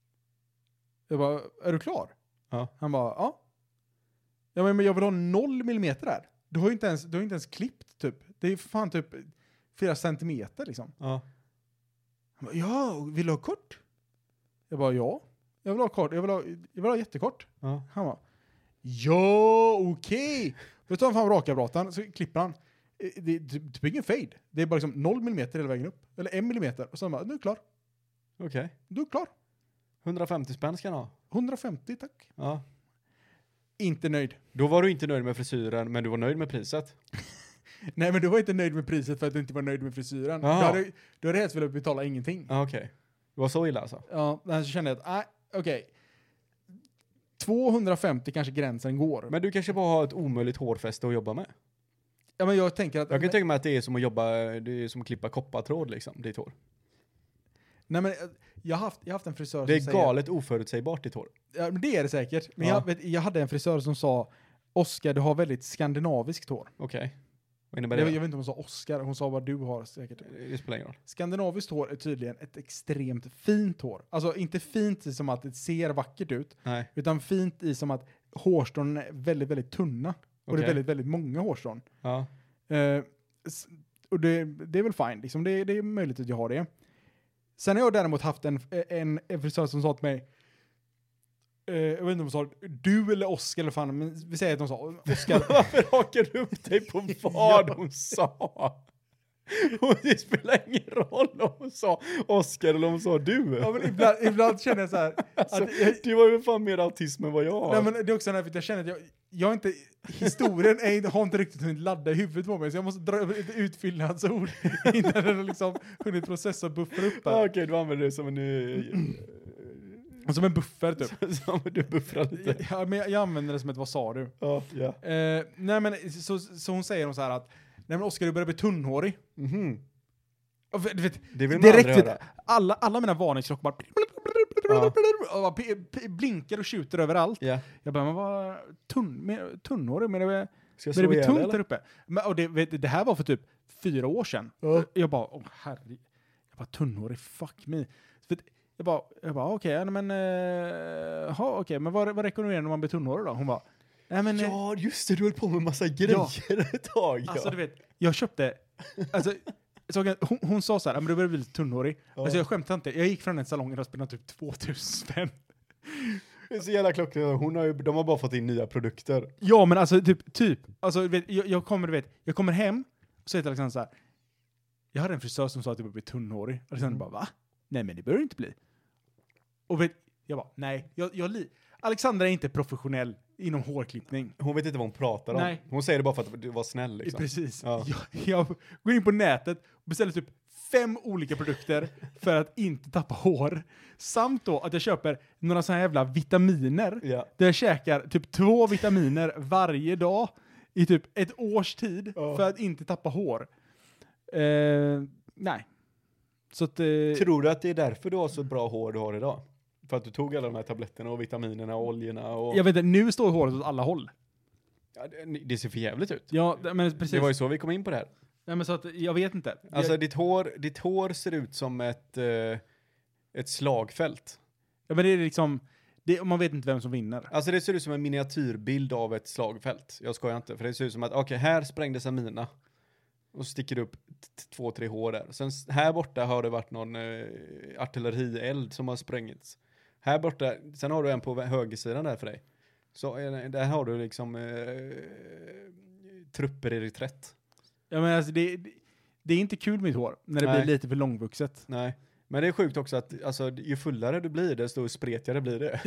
Jag bara, är du klar? Ja. Han bara, ja. Ja men jag vill ha noll millimeter där. Du har ju inte ens, du har inte ens klippt typ. Det är fan typ flera centimeter liksom. Ja. Han bara, ja, vill du ha kort? Jag bara, ja. Jag vill ha kort, jag vill ha, jag vill ha jättekort. Ja. Han bara, ja, okej. Okay. Då tar han fram rakapparaten, så klipper han. Det är typ, typ ingen fade. Det är bara liksom noll millimeter hela vägen upp. Eller en millimeter. Och så bara, nu är du klar. Okej. Okay. Du är klar. hundrafemtio spänn ska han ha. hundrafemtio, tack. Ja. Inte nöjd. Då var du inte nöjd med frisyren, men du var nöjd med priset. Nej, men du var inte nöjd med priset för att du inte var nöjd med frisyren. Du Aha. hade, du hade helst velat betala ingenting. Ja, okej. Okay. Det var så illa alltså? Ja, men så kände jag att, nej, okej. Okay. tvåhundrafemtio kanske gränsen går. Men du kanske bara har ett omöjligt hårfäste att jobba med. Ja, men jag tänker att... Jag kan tänka mig att det är som att jobba, det är som att klippa koppartråd liksom, ditt hår. Nej, men jag har haft, jag har haft en frisör Det är som galet säger, oförutsägbart ditt hår. Ja, men det är det säkert. Men ja. jag, vet, jag hade en frisör som sa, Oskar, du har väldigt skandinaviskt hår. Okej. Okay. Vad innebär det? det? Jag, jag vet inte om hon sa Oskar, hon sa vad du har säkert. Det spelar ingen roll. Skandinaviskt hår är tydligen ett extremt fint hår. Alltså inte fint i som att det ser vackert ut. Nej. Utan fint i som att hårstrån är väldigt, väldigt tunna. Och okay. det är väldigt, väldigt många hårstrån. Ja. Uh, och det, det är väl fine. Liksom. Det, det är möjligt att jag har det. Sen har jag däremot haft en, en, en frisör som sa till mig, uh, jag vet inte om hon sa du eller Oskar eller fan, men vi säger att de sa Oskar. Varför hakar du upp dig på vad hon sa? Och det spelar ingen roll om hon sa Oskar eller om hon sa du. Ja, men ibland, ibland känner jag så här. Alltså, att jag, du har ju fan mer autism än vad jag har. Nej, men det är också därför att jag känner att jag, jag inte, historien är, har inte riktigt hunnit ladda i huvudet på mig, så jag måste dra över ett utfyllnadsord innan den har liksom hunnit processa och buffra upp här. Ah, okej, okay, du använder det som en... Uh, som en buffer typ. Som du buffrar lite. Ja, men jag, jag använder det som ett vad sa du? Ja, ja. Uh, nej men så, så hon säger hon så här att, nej men Oskar, du börjar bli tunnhårig. Mhm. Och, du vet, det vill man direkt aldrig höra. Vet, alla, alla mina varningsklockor bara ja. och p- p- blinkar och skjuter överallt. Ja. Jag bara, men vad tunn, med, tunnhårig, men det, Ska jag men det blir ihjäl, tunt eller? där uppe. Men, och det, vet, det här var för typ fyra år sedan. Ja. Jag bara, åh herre, jag bara tunnhårig, fuck me. För jag bara, jag bara okej, okay, men, uh, ha, okay, men vad, vad rekommenderar du när man blir tunnhårig då? Hon bara, nej men... Ja, just det, du höll på med massa grejer ja. ett tag. Ja. Alltså du vet, jag köpte, alltså, så, hon, hon sa så här, men du börjar bli lite tunnhårig. Ja. Alltså jag skämtar inte, jag gick från en salong och spelade typ tvåtusen spänn. Det är så jävla klockrent. Hon har ju, de har bara fått in nya produkter. Ja, men alltså typ, typ, alltså vet, jag, jag kommer, du vet, jag kommer hem och säger till Alexander så här, jag hade en frisör som sa att jag började bli tunnhårig. Alexander mm. bara, va? Nej men det bör du inte bli. Och vet, jag bara, nej, jag, jag li- Alexandra är inte professionell inom hårklippning. Hon vet inte vad hon pratar om. Nej. Hon säger det bara för att du var snäll liksom. Precis. Ja. Jag, jag går in på nätet och beställer typ fem olika produkter för att inte tappa hår. Samt då att jag köper några såna här jävla vitaminer. Ja. Där jag käkar typ två vitaminer varje dag i typ ett års tid ja. för att inte tappa hår. Eh, nej. Så att, eh, tror du att det är därför du har så bra hår du har idag? För att du tog alla de här tabletterna och vitaminerna och oljorna och... Jag vet inte, nu står håret åt alla håll. Ja, det, det ser för jävligt ut. Ja, men precis. Det var ju så vi kom in på det här. Nej, men så att, jag vet inte. Alltså jag, ditt hår, ditt hår ser ut som ett, eh, ett slagfält. ja, men det är liksom, det, man vet inte vem som vinner. Alltså det ser ut som en miniatyrbild av ett slagfält. Jag skojar inte, för det ser ut som att, okej, okay, här sprängdes en mina. Och så sticker det upp t- två, tre hår där. Sen här borta har det varit någon eh, artillerield som har sprängits. Här borta, sen har du en på högersidan där för dig. Så eh, där har du liksom eh, trupper i reträtt. Ja, men alltså det, det, det är inte kul med mitt hår när det Nej. blir lite för långvuxet. Nej, men det är sjukt också att alltså, ju fullare du blir, desto spretigare blir det.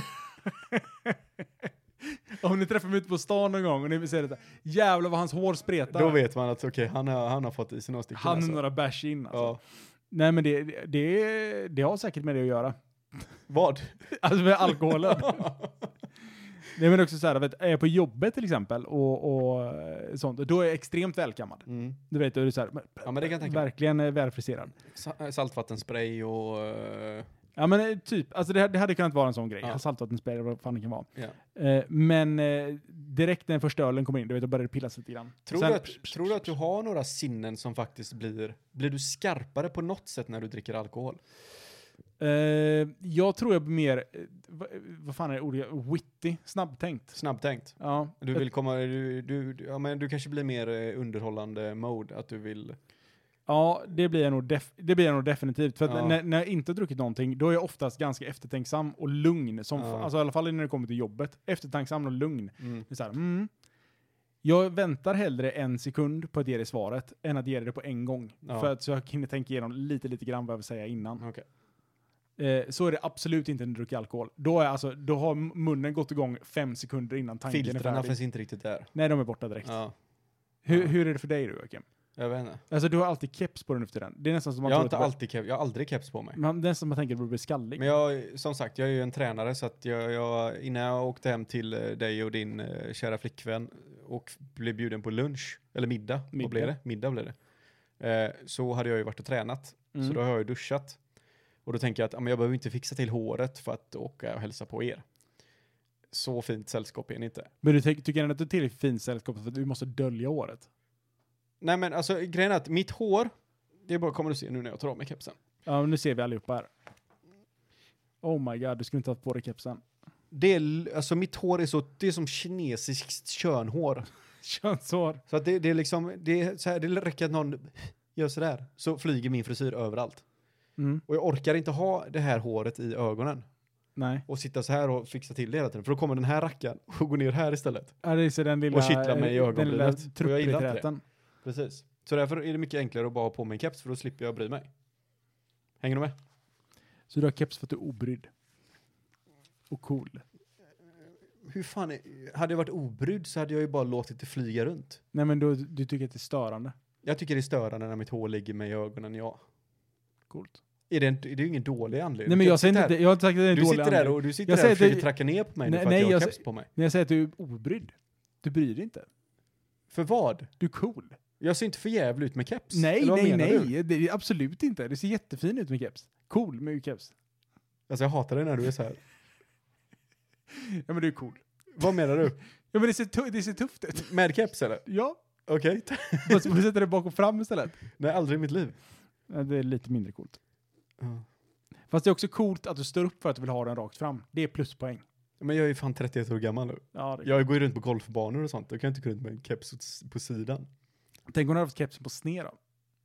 Om ni träffar mig ute på stan någon gång och ni säger det, jävlar vad hans hår spretar. Då vet man att okej, okay, han, har, han har fått i sig några stycken. Han alltså. några bärs in alltså. Ja. Nej, men det, det, det, det har säkert med det att göra. Vad? Alltså med alkoholen. Nej, men också så här, vet, är jag på jobbet till exempel och, och sånt, då är jag extremt välkammad. Mm. Du vet, då är det så här, Ja, men det kan jag tänka. verkligen eh, välfriserad. Sa- saltvattenspray och... Uh, Ja, men eh, typ, alltså det, det hade kunnat vara en sån grej. Ja. Saltvattenspray eller vad fan det kan vara. ja. Eh, men eh, direkt när den första ölen kommer in, du vet, då börjar det pillas lite grann. Tror, Sen- du att, tror du att du har några sinnen som faktiskt blir... Blir du skarpare på något sätt när du dricker alkohol? Eh, jag tror jag blir mer, eh, vad, vad fan är det ordet? Witty, snabbtänkt. Snabbtänkt. Ja. Du vill komma... Du, du, du- ja, men du kanske blir mer eh, underhållande mode. Att du vill... Ja, det blir jag nog, def- det blir jag nog definitivt. För att Ja. när, när jag inte har druckit någonting, då är jag oftast ganska eftertänksam och lugn. Som, Ja. Alltså i alla fall när det kommer till jobbet. Eftertänksam och lugn. Mm. Det är så här, mm. Jag väntar hellre en sekund på att ge dig svaret än att ge dig det på en gång. Ja. För att så jag hinner tänka igenom lite, lite grann vad jag vill säga innan. Okej. Eh, så är det absolut inte när du dricker alkohol. Då, är alltså, då har munnen gått igång fem sekunder innan tanken är Filtrarna färdig. finns inte riktigt där. Nej, de är borta direkt. Ja, Hur, Ja. hur är det för dig då, Joakim? jag vet inte. Alltså du har alltid keps på den efter den. Det är nästan som man Jag har tror inte att du- alltid keps, jag har aldrig keps på mig. Man, det är nästan som man tänker att du blir skallig. Men jag, som sagt, jag är ju en tränare så att jag, jag innan jag åkte hem till eh, dig och din eh, kära flickvän och blev bjuden på lunch, eller middag, Middag. vad blev det? Middag blev det. Eh, så hade jag ju varit och tränat, Mm. så då har jag ju duschat. Och då tänker jag att ja, men jag behöver inte fixa till håret för att åka och hälsa på er. Så fint sällskap är ni inte. Men du ty- tycker ändå att du är tillräckligt fint sällskap för att du måste dölja håret? Nej men alltså grejen är att mitt hår, det är bara kommer du se nu när jag tar av mig kepsen. Ja, men nu ser vi allihopa här. Oh my god, du skulle inte ha på dig kepsen. Det är, alltså mitt hår är så, det är som kinesiskt könhår. Könshår. Så att det, det är liksom, det är så här, det räcker att någon gör så där, så flyger min frisyr överallt. Mm. Och jag orkar inte ha det här håret i ögonen Nej. och sitta så här och fixa till det hela tiden. För då kommer den här rackaren och går ner här istället. Ja, det är så den lilla, Och kittlar mig i den lilla ögonbrynet. Och jag gillar inte det. truppreträten. Precis. Så därför är det mycket enklare att bara ha på mig en keps för då slipper jag bry mig. Hänger du med? Så du har keps för att du är obrydd. Och cool. Hur fan, är, hade jag varit obrydd så hade jag ju bara låtit det flyga runt. Nej, men du, du tycker att det är störande. Jag tycker det är störande när mitt hår ligger mig i ögonen, ja. Coolt. Är det, en, är det ju ingen dålig anledning? Nej, men Du jag säger sitter inte, här- jag har inte sagt att det är en Du dålig sitter där anledning. och du sitter Jag där säger och att det- försöker tracka ner på mig nu Nej, för att nej, jag har jag keps sä- på mig. När jag säger att du är obrydd. Du bryr dig inte. För vad? Du är cool. Jag ser inte för jävligt ut med keps. Nej, Eller vad nej, menar nej. Du? Det är absolut inte. Du ser jättefin ut med keps. Cool med keps. Alltså jag hatar det när du är så här. Ja, men du är cool. Vad menar du? Ja, men det ser, tu- det ser tufft ut. Med keps eller? Ja. Okej. Fast får du sätta det bakom fram istället. Nej, aldrig i mitt liv. Ja, det är lite mindre coolt. Ja. Fast det är också coolt att du står upp för att du vill ha den rakt fram. Det är pluspoäng. Men jag är ju fan trettioett år gammal nu. Ja, det Jag går ju runt på golfbanor och sånt. Då kan jag inte gå runt med en keps åt- på sidan. Tänk om du har haft kepsen på sned då.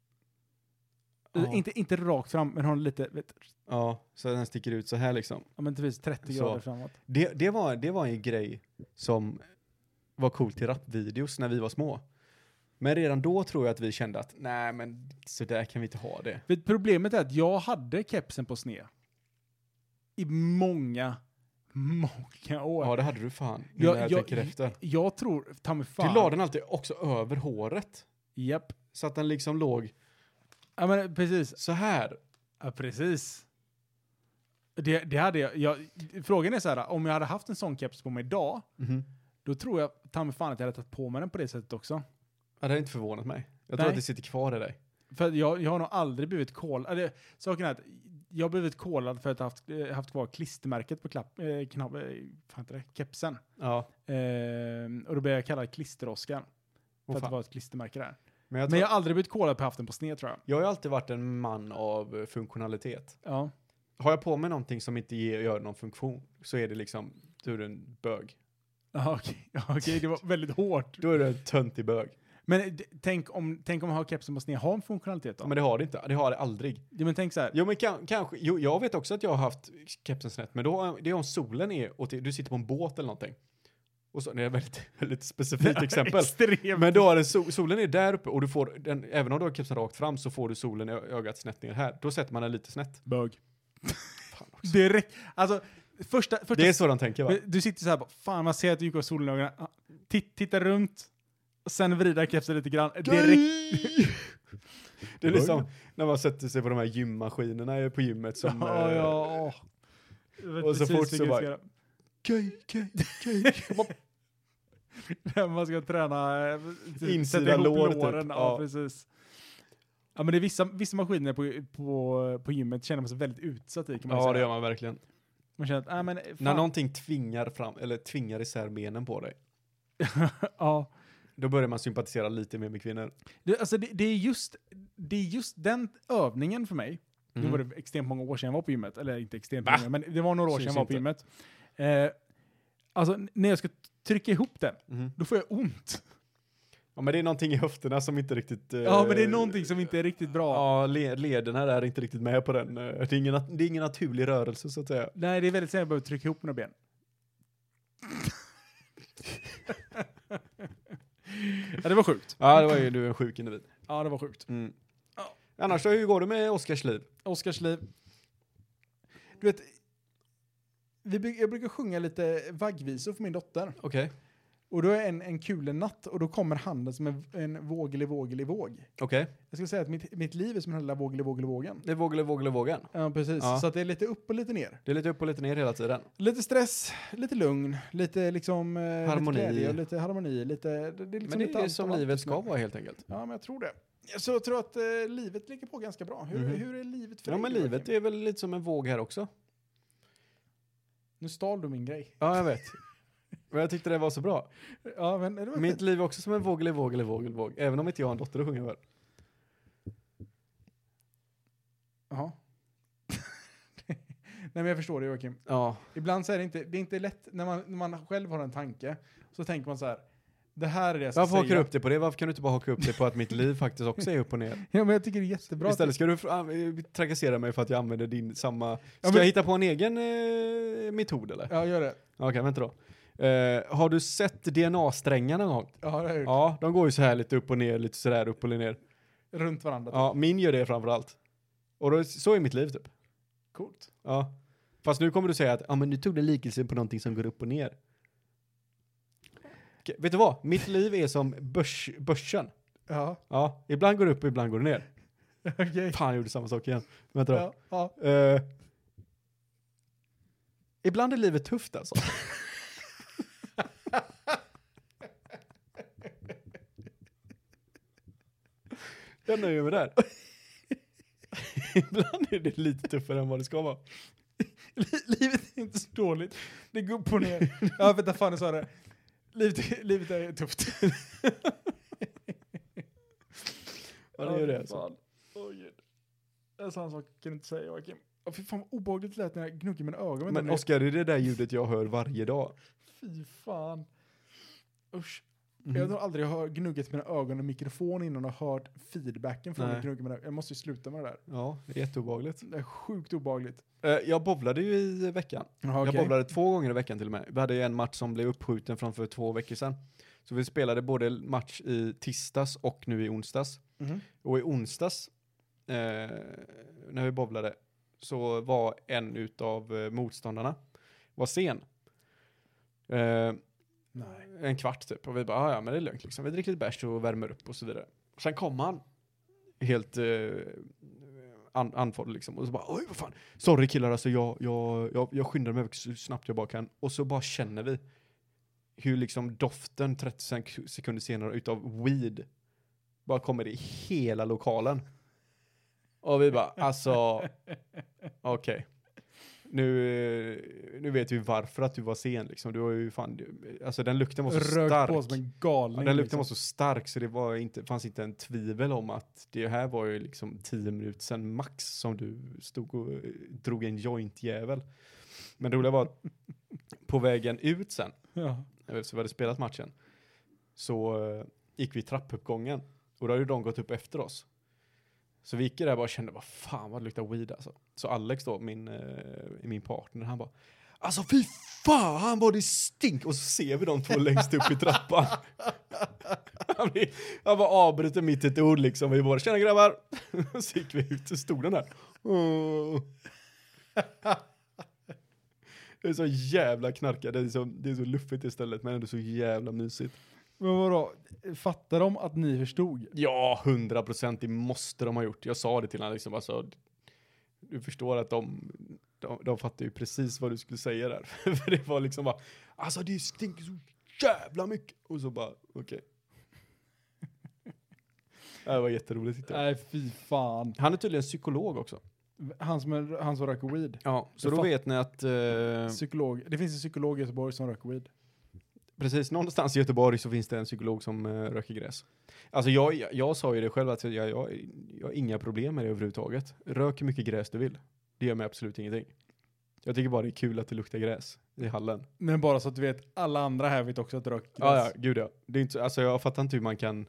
Ja. Inte, inte rakt fram, men har den lite, vet, Ja, så den sticker ut så här liksom. ja, men typ trettio Så. grader framåt. Det, det, var, det var en grej som var coolt i rapvideos när vi var små. Men redan då tror jag att vi kände att nej men så där kan vi inte ha det. Vet, problemet är att jag hade kepsen på sned. I många, många år. Ja, det hade du fan. Nu Jag- när jag, jag- tänker efter. Jag tror, ta mig fan. Du la den alltid också över håret. Japp. Så att den liksom låg Ja, men precis. så här. Ja, precis. Det, det hade jag, jag. Frågan är så här, om jag hade haft en sån keps på mig idag, Mhm. då tror jag, ta mig fan att jag hade tagit på mig den på det sättet också. Ja, det har inte förvånat mig. Jag tror Nej. att det sitter kvar i dig. För jag, jag har nog aldrig blivit kol. Eller, saken är att jag har blivit kolad för att ha haft, eh, haft kvar klistermärket på klapp, eh, knapp, eh, fan heter det, kepsen. Ja. Eh, och då blev jag kallad Klister-Oskar. För Åh, att det fan. var ett klistermärke där. Men jag, Men tror, jag har aldrig blivit kolad på haft den på sned, tror jag. jag har ju alltid varit en man av eh, funktionalitet. Ja. Har jag på mig någonting som inte ger, gör någon funktion så är det liksom, du är en bög. Ja, okej. Ja, okej, det var väldigt hårt. Då är det en töntig bög. Men d- tänk om, tänk om man har kepsen på sned, har en funktionalitet då? Ja, men det har det inte. Det har det aldrig. Ja, men tänk så här. Jo, men kan, kanske. Jo, jag vet också att jag har haft kepsen snett, men då, det är om solen är åt, du sitter på en båt eller någonting. Och så, det är ett väldigt, väldigt specifikt exempel. Extremt. Men då har den, sol, solen är där uppe och du får den, även om du har kepsen rakt fram så får du solen i ö- ögat snett ner här. Då sätter man den lite snett. Bög. Fan också. Direkt. Alltså, första... första Det är så de tänker, va? Du sitter så här bara, fan man ser att du gick av solen i ögonen. Ah, Titt, titta runt. Och sen vrida kepsen lite grann. Direkt. Det är liksom när man sätter sig på de här gymmaskinerna på gymmet som... Ja, eh, ja. åh. Jag vet och så precis fort så vilken bara- ska göra. Gay, gay, gay. Där man ska träna eh, typ, Insida sätta ihop lår, typ. låren. Ja, Ja. precis. Ja, men det är vissa, vissa maskiner på, på, på gymmet känner man sig väldigt utsatt i, kan man Ja, säga. det gör man verkligen. Man känner att, äh, men fan. När någonting tvingar fram, eller tvingar isär benen på dig, Ja. då börjar man sympatisera lite mer med kvinnor. Det, alltså det, det, är just, det är just den övningen för mig. Nu Mhm. var det extremt många år sedan jag var på gymmet. Eller inte extremt Va? många, men det var några år sedan Syns jag var på inte. gymmet. Eh, alltså när jag ska trycka ihop den, Mhm. då får jag ont. Ja, men det är någonting i höfterna som inte riktigt... eh, Ja, men det är någonting som inte är riktigt bra. Ja, le- lederna är inte riktigt med på den. Eh, Det är ingen, nat- det är ingen naturlig rörelse, så att säga. Nej, det är väldigt sällan jag behöver trycka ihop mina ben. Ja, det var sjukt. Ja, det var ju du en sjuk individ. Ja, det var sjukt. Mm. Ja. Annars så, hur går det med Oskars liv? Oskars liv. Du vet, vi, bru- jag brukar sjunga lite vaggvisor för min dotter. Okej. Och då är en, en kul natt och då kommer handen som en, en vågelig, vågelig våg. Okej. Jag skulle säga att mitt, mitt liv är som den lilla vågelig, vågelig vågen. Det är vågel, vågel, vågen. Ja, precis. Ja. Så att det är lite upp och lite ner. Det är lite upp och lite ner hela tiden. Lite stress, lite lugn, lite liksom... Eh, Harmoni. Lite glädje och lite harmoni. Lite, det, det är liksom Men det lite är allt som och allt livet just nu. ska vara helt enkelt. Ja, men jag tror det. Så jag tror att eh, livet ligger på ganska bra. Hur, Mhm. hur är livet för Ja, dig? men Joakim? livet är väl lite som en våg här också. Nu stal du min grej. Ja, jag vet. Men jag tyckte det var så bra. Ja, men det var Mitt fint. liv är också som en vågel, vågel, vågel, våg. Även om inte jag har en dotter att sjunga för. Jaha. Nej, men jag förstår det, Joakim. Ja. Ibland så är det inte, det är inte lätt, när man, när man själv har en tanke, så tänker man så här, det här är det jag ska Varför hakar säga. du upp dig på det? Varför kan du inte bara haka upp dig på att mitt liv faktiskt också är upp och ner? Ja, men jag tycker det är jättebra. Istället ska du fr- trakassera mig för att jag använder din samma... Ska men- jag hitta på en egen eh, metod eller? Ja, gör det. Okej, vänta då. Eh, har du sett D N A-strängar någon gång? Ja, det har jag gjort. Ja, de går ju så här lite upp och ner, lite sådär upp och ner. Runt varandra. Ja, min gör det framförallt. Och då, så är mitt liv typ. Coolt. Ja. Fast nu kommer du säga att ah, men du tog en likelse på någonting som går upp och ner. Okej, vet du vad? Mitt liv är som börs, börsen. Ja, Ja, ibland går det upp och ibland går det ner. okej. Fan, jag gjorde samma sak igen. Vänta då. Ja, ja. Eh, ibland är livet tufft alltså. Jag nöjer mig där. Ibland är det lite tuffare än vad det ska vara. Livet är inte så dåligt. Det går upp och ner. Ja, vänta, fan jag sa det. Livet, livet är tufft. Ja, det är det alltså. Fan. Åh, gud. En sån sak kan du inte säga, Joakim. Oh, fy fan vad obehagligt lät när jag gnuggade mina ögon. Vänta, Men nu. Oskar, det är det där ljudet jag hör varje dag. Fy fan. Usch. Mhm. Jag har nog aldrig hört gnuggat mina ögon och mikrofon innan och hört feedbacken från Nej. att gnugga mina ögon. Jag måste ju sluta med det där. Ja, det är jätteobehagligt. Det är sjukt obehagligt. Eh, jag bowlade ju i veckan. Jaha, Jag bowlade två gånger i veckan till och med. Vi hade en match som blev uppskjuten från för två veckor sedan. Så vi spelade både match i tisdags och nu i onsdags. Mhm. Och i onsdags, eh, när vi bowlade, så var en utav eh, motståndarna var sen. Eh, Nej. en kvart typ. Och vi bara, "Ah, ja men det är lugnt liksom. Vi dricker lite bärs och värmer upp och så vidare. Och sen kom han. Helt eh, an, andfådd liksom. Och så bara, oj vad fan. Sorry killar, alltså jag, jag, jag, jag skyndar mig så snabbt jag bara kan. Och så bara känner vi hur liksom doften trettio sek- sekunder senare utav weed bara kommer i hela lokalen. Och vi bara, alltså, okej. Okay. Nu, nu vet vi varför att du var sen liksom. Du var ju fan, alltså den lukten var så Rökt stark. på som en galning. Ja, den lukten liksom. var så stark så det var inte, fanns inte en tvivel om att det här var ju liksom tio minuter sedan max som du stod och drog en jointjävel. Men det roliga var att på vägen ut sen, Ja. så vi hade spelat matchen, så uh, gick vi trappuppgången och då hade ju de gått upp efter oss. Så vi gick där och bara kände, vad fan vad det luktar weed alltså. Så Alex då, min, uh, min partner, han bara, alltså fy fan vad det stink. Och så ser vi de två längst upp i trappan. Han, blir, han bara avbryter mitt ett ord liksom. Vi bara, tjena grabbar. Och så gick vi ut och stod den där. Oh. Det är så jävla knarkad. Det är så, det är så luffigt istället, men ändå så jävla mysigt. Men vadå, fattar de att ni förstod? Ja, hundra procent. Det måste de ha gjort. Jag sa det till honom liksom, alltså, du förstår att de, de, de fattar ju precis vad du skulle säga där. För det var liksom bara, alltså det stinker så jävla mycket. Och så bara, okej. Okay. Det var jätteroligt tyckte jag. Nej, fy fan. Han är tydligen psykolog också. Han som, är, han som röker weed. Ja, så Det då fatt- vet ni att... Uh, Psykolog. Det finns en psykolog i Göteborg som röker weed. precis, någonstans i Göteborg så finns det en psykolog som uh, röker gräs. Alltså jag, jag, jag sa ju det själv att jag, jag, jag har inga problem med det överhuvudtaget. Rök hur mycket gräs du vill. Det gör mig absolut ingenting. Jag tycker bara det är kul att det luktar gräs i hallen. Men bara så att du vet, alla andra här vet också att du röker gräs. Ja, ja, gud ja. Det är inte så, alltså jag fattar inte hur man kan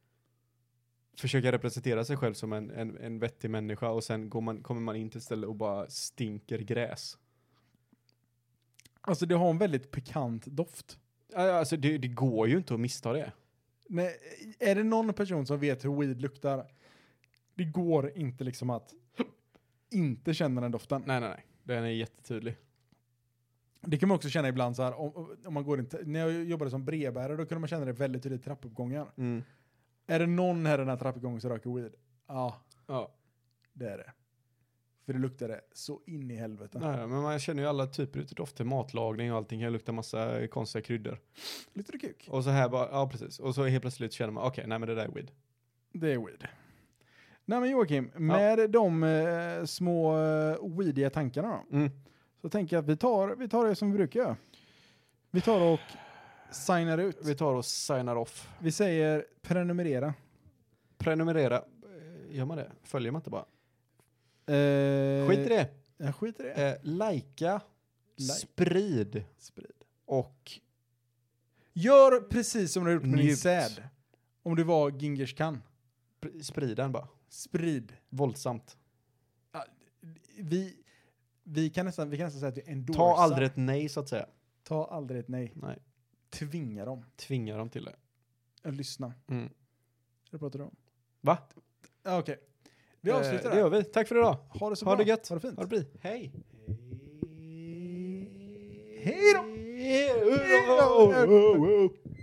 försöka representera sig själv som en, en, en vettig människa och sen går man, kommer man in till ett ställe och bara stinker gräs. Alltså det har en väldigt pikant doft. Alltså det, det går ju inte att missta det. Nej, är det någon person som vet hur weed luktar? Det går inte liksom att inte känna den doften. Nej, nej, nej. Den är jättetydlig. Det kan man också känna ibland så här, om, om man går inte, när jag jobbade som brevbärare då kunde man känna det väldigt tydligt i trappuppgångar. Mm. Är det någon här i den här trappuppgången som röker weed? Ja, Ja. det är det. För det luktar det så in i helvete. Nej, men man känner ju alla typer av dofter, matlagning och allting kan lukta massa konstiga kryddor. Luktar det kuk? Och så här bara, ja precis. Och så helt plötsligt känner man, okej, okay, nej men det där är weed. Det är weed. Nej men Joakim, med ja. de eh, små eh, weediga tankarna då, mm. så tänker jag att vi tar, vi tar det som vi brukar göra. Vi tar och signar ut. Vi tar och signar off. Vi säger prenumerera. Prenumerera. Gör man det? Följer man inte bara? Eh, skit i det. Ja, skit i det. Eh, lajka. Like. Sprid. Sprid. Och gör precis som du har gjort med din njut. säd. Om du var Gingers Khan. Sprid den bara. Sprid. Våldsamt. Vi, vi, kan nästan, vi kan nästan säga att vi endorsar. Ta aldrig ett nej så att säga. Ta aldrig ett nej. Nej. Tvinga dem. Tvinga dem till det. Att lyssna. Mm. Vad pratar du om? Va? Ja, okej. Okay. Vi avslutar eh, där. Det gör vi. Tack för idag. Ha det så ha bra. Det gött. Ha det fint. Ha det bra. Hej. Hej då. Hej då.